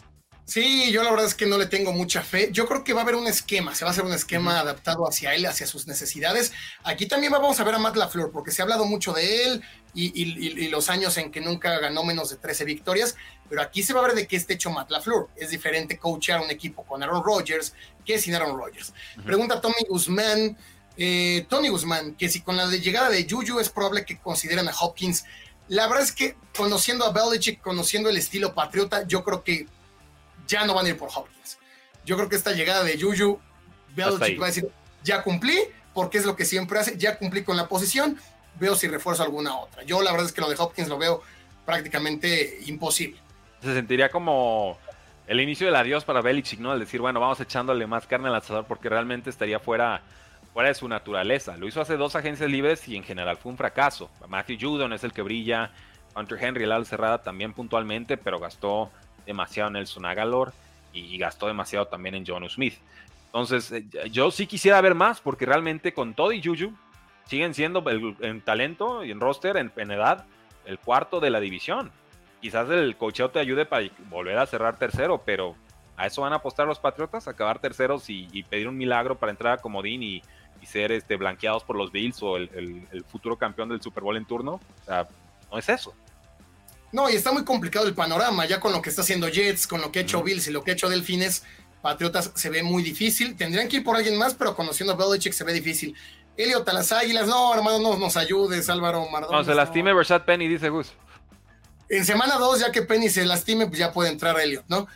B: Sí, yo la verdad es que no le tengo mucha fe. Yo creo que va a haber un esquema, se va a hacer un esquema uh-huh. adaptado hacia él, hacia sus necesidades. Aquí también vamos a ver a Matt LaFleur, porque se ha hablado mucho de él y, y, y los años en que nunca ganó menos de trece victorias, pero aquí se va a ver de qué está hecho Matt LaFleur. Es diferente coachear un equipo con Aaron Rodgers que sin Aaron Rodgers. Uh-huh. Pregunta Tommy Guzmán, eh, Tony Guzmán, que si con la llegada de Juju es probable que consideren a Hopkins. La verdad es que conociendo a Belichick, conociendo el estilo patriota, yo creo que ya no van a ir por Hopkins. Yo creo que esta llegada de Juju, Belichick va a decir, ya cumplí, porque es lo que siempre hace, ya cumplí con la posición, veo si refuerzo alguna otra. Yo la verdad es que lo de Hopkins lo veo prácticamente imposible.
C: Se sentiría como el inicio del adiós para Belichick, ¿no? Al decir, bueno, vamos echándole más carne al asador porque realmente estaría fuera, fuera de su naturaleza. Lo hizo hace dos agencias libres y en general fue un fracaso. Matthew Judon es el que brilla, Hunter Henry, el ala cerrada también puntualmente, pero gastó demasiado en Nelson Agholor y gastó demasiado también en Jonnu Smith. Entonces, yo sí quisiera ver más, porque realmente con todo y Juju siguen siendo el, en talento y en roster, en, en edad, el cuarto de la división. Quizás el coacheo te ayude para volver a cerrar tercero, pero a eso van a apostar los Patriotas, a acabar terceros y, y pedir un milagro para entrar a comodín y, y ser este, blanqueados por los Bills o el, el, el futuro campeón del Super Bowl en turno. O sea, no es eso.
B: No, y está muy complicado el panorama, ya con lo que está haciendo Jets, con lo que ha hecho Bills y lo que ha hecho Delfines, Patriotas se ve muy difícil. Tendrían que ir por alguien más, pero conociendo a Belichick se ve difícil. Elliot a las Águilas, no, hermano, no nos ayudes, Álvaro Mardones.
C: No, se lastime no. Rashad Penny, dice Gus.
B: En semana dos, ya que Penny se lastime, pues ya puede entrar Elliot, ¿no?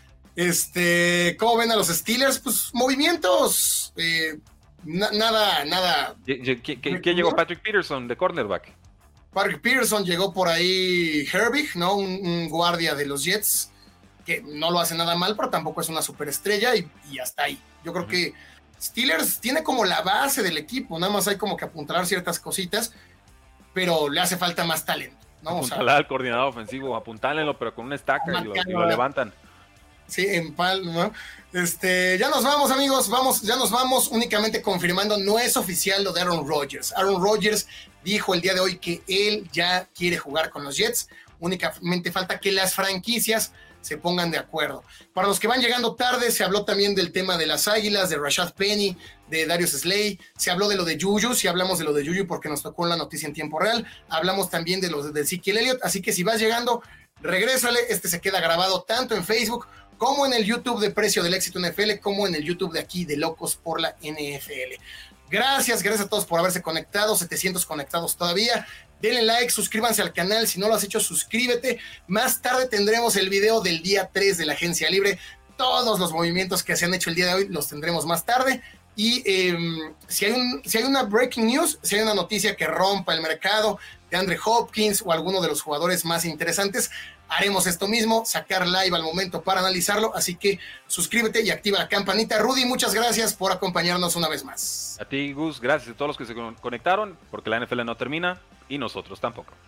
B: Este, ¿cómo ven a los Steelers? Pues movimientos, eh, na- nada, nada.
C: ¿Qué, qué, qué, ¿Qué llegó Patrick Peterson de cornerback?
B: Patrick Peterson, llegó por ahí Herbig, ¿no? Un, un guardia de los Jets, que no lo hace nada mal, pero tampoco es una superestrella y, y hasta ahí. Yo creo uh-huh. que Steelers tiene como la base del equipo, nada más hay como que apuntalar ciertas cositas, pero le hace falta más talento, ¿no?
C: Apuntalar o sea, al coordinador ofensivo, apuntánlenlo, pero con una estaca y lo, y lo levantan.
B: Sí, en pal, ¿no? Este, ya nos vamos, amigos, vamos, ya nos vamos, únicamente confirmando, no es oficial lo de Aaron Rodgers. Aaron Rodgers dijo el día de hoy que él ya quiere jugar con los Jets, únicamente falta que las franquicias se pongan de acuerdo. Para los que van llegando tarde, se habló también del tema de las Águilas, de Rashad Penny, de Darius Slay, se habló de lo de Juju, si hablamos de lo de Juju porque nos tocó la noticia en tiempo real, hablamos también de los de Ezekiel Elliott, así que si vas llegando, regrésale, este se queda grabado tanto en Facebook como en el YouTube de Precio del Éxito N F L, como en el YouTube de aquí de Locos por la N F L. Gracias, gracias a todos por haberse conectado, setecientos conectados todavía. Denle like, suscríbanse al canal, si no lo has hecho, suscríbete. Más tarde tendremos el video del día tres de la Agencia Libre. Todos los movimientos que se han hecho el día de hoy los tendremos más tarde. Y eh, si, hay un, si hay una breaking news, si hay una noticia que rompa el mercado de Andre Hopkins o alguno de los jugadores más interesantes, haremos esto mismo, sacar live al momento para analizarlo, así que suscríbete y activa la campanita. Rudy, muchas gracias por acompañarnos una vez más.
C: A ti, Gus, gracias a todos los que se conectaron, porque la N F L no termina y nosotros tampoco.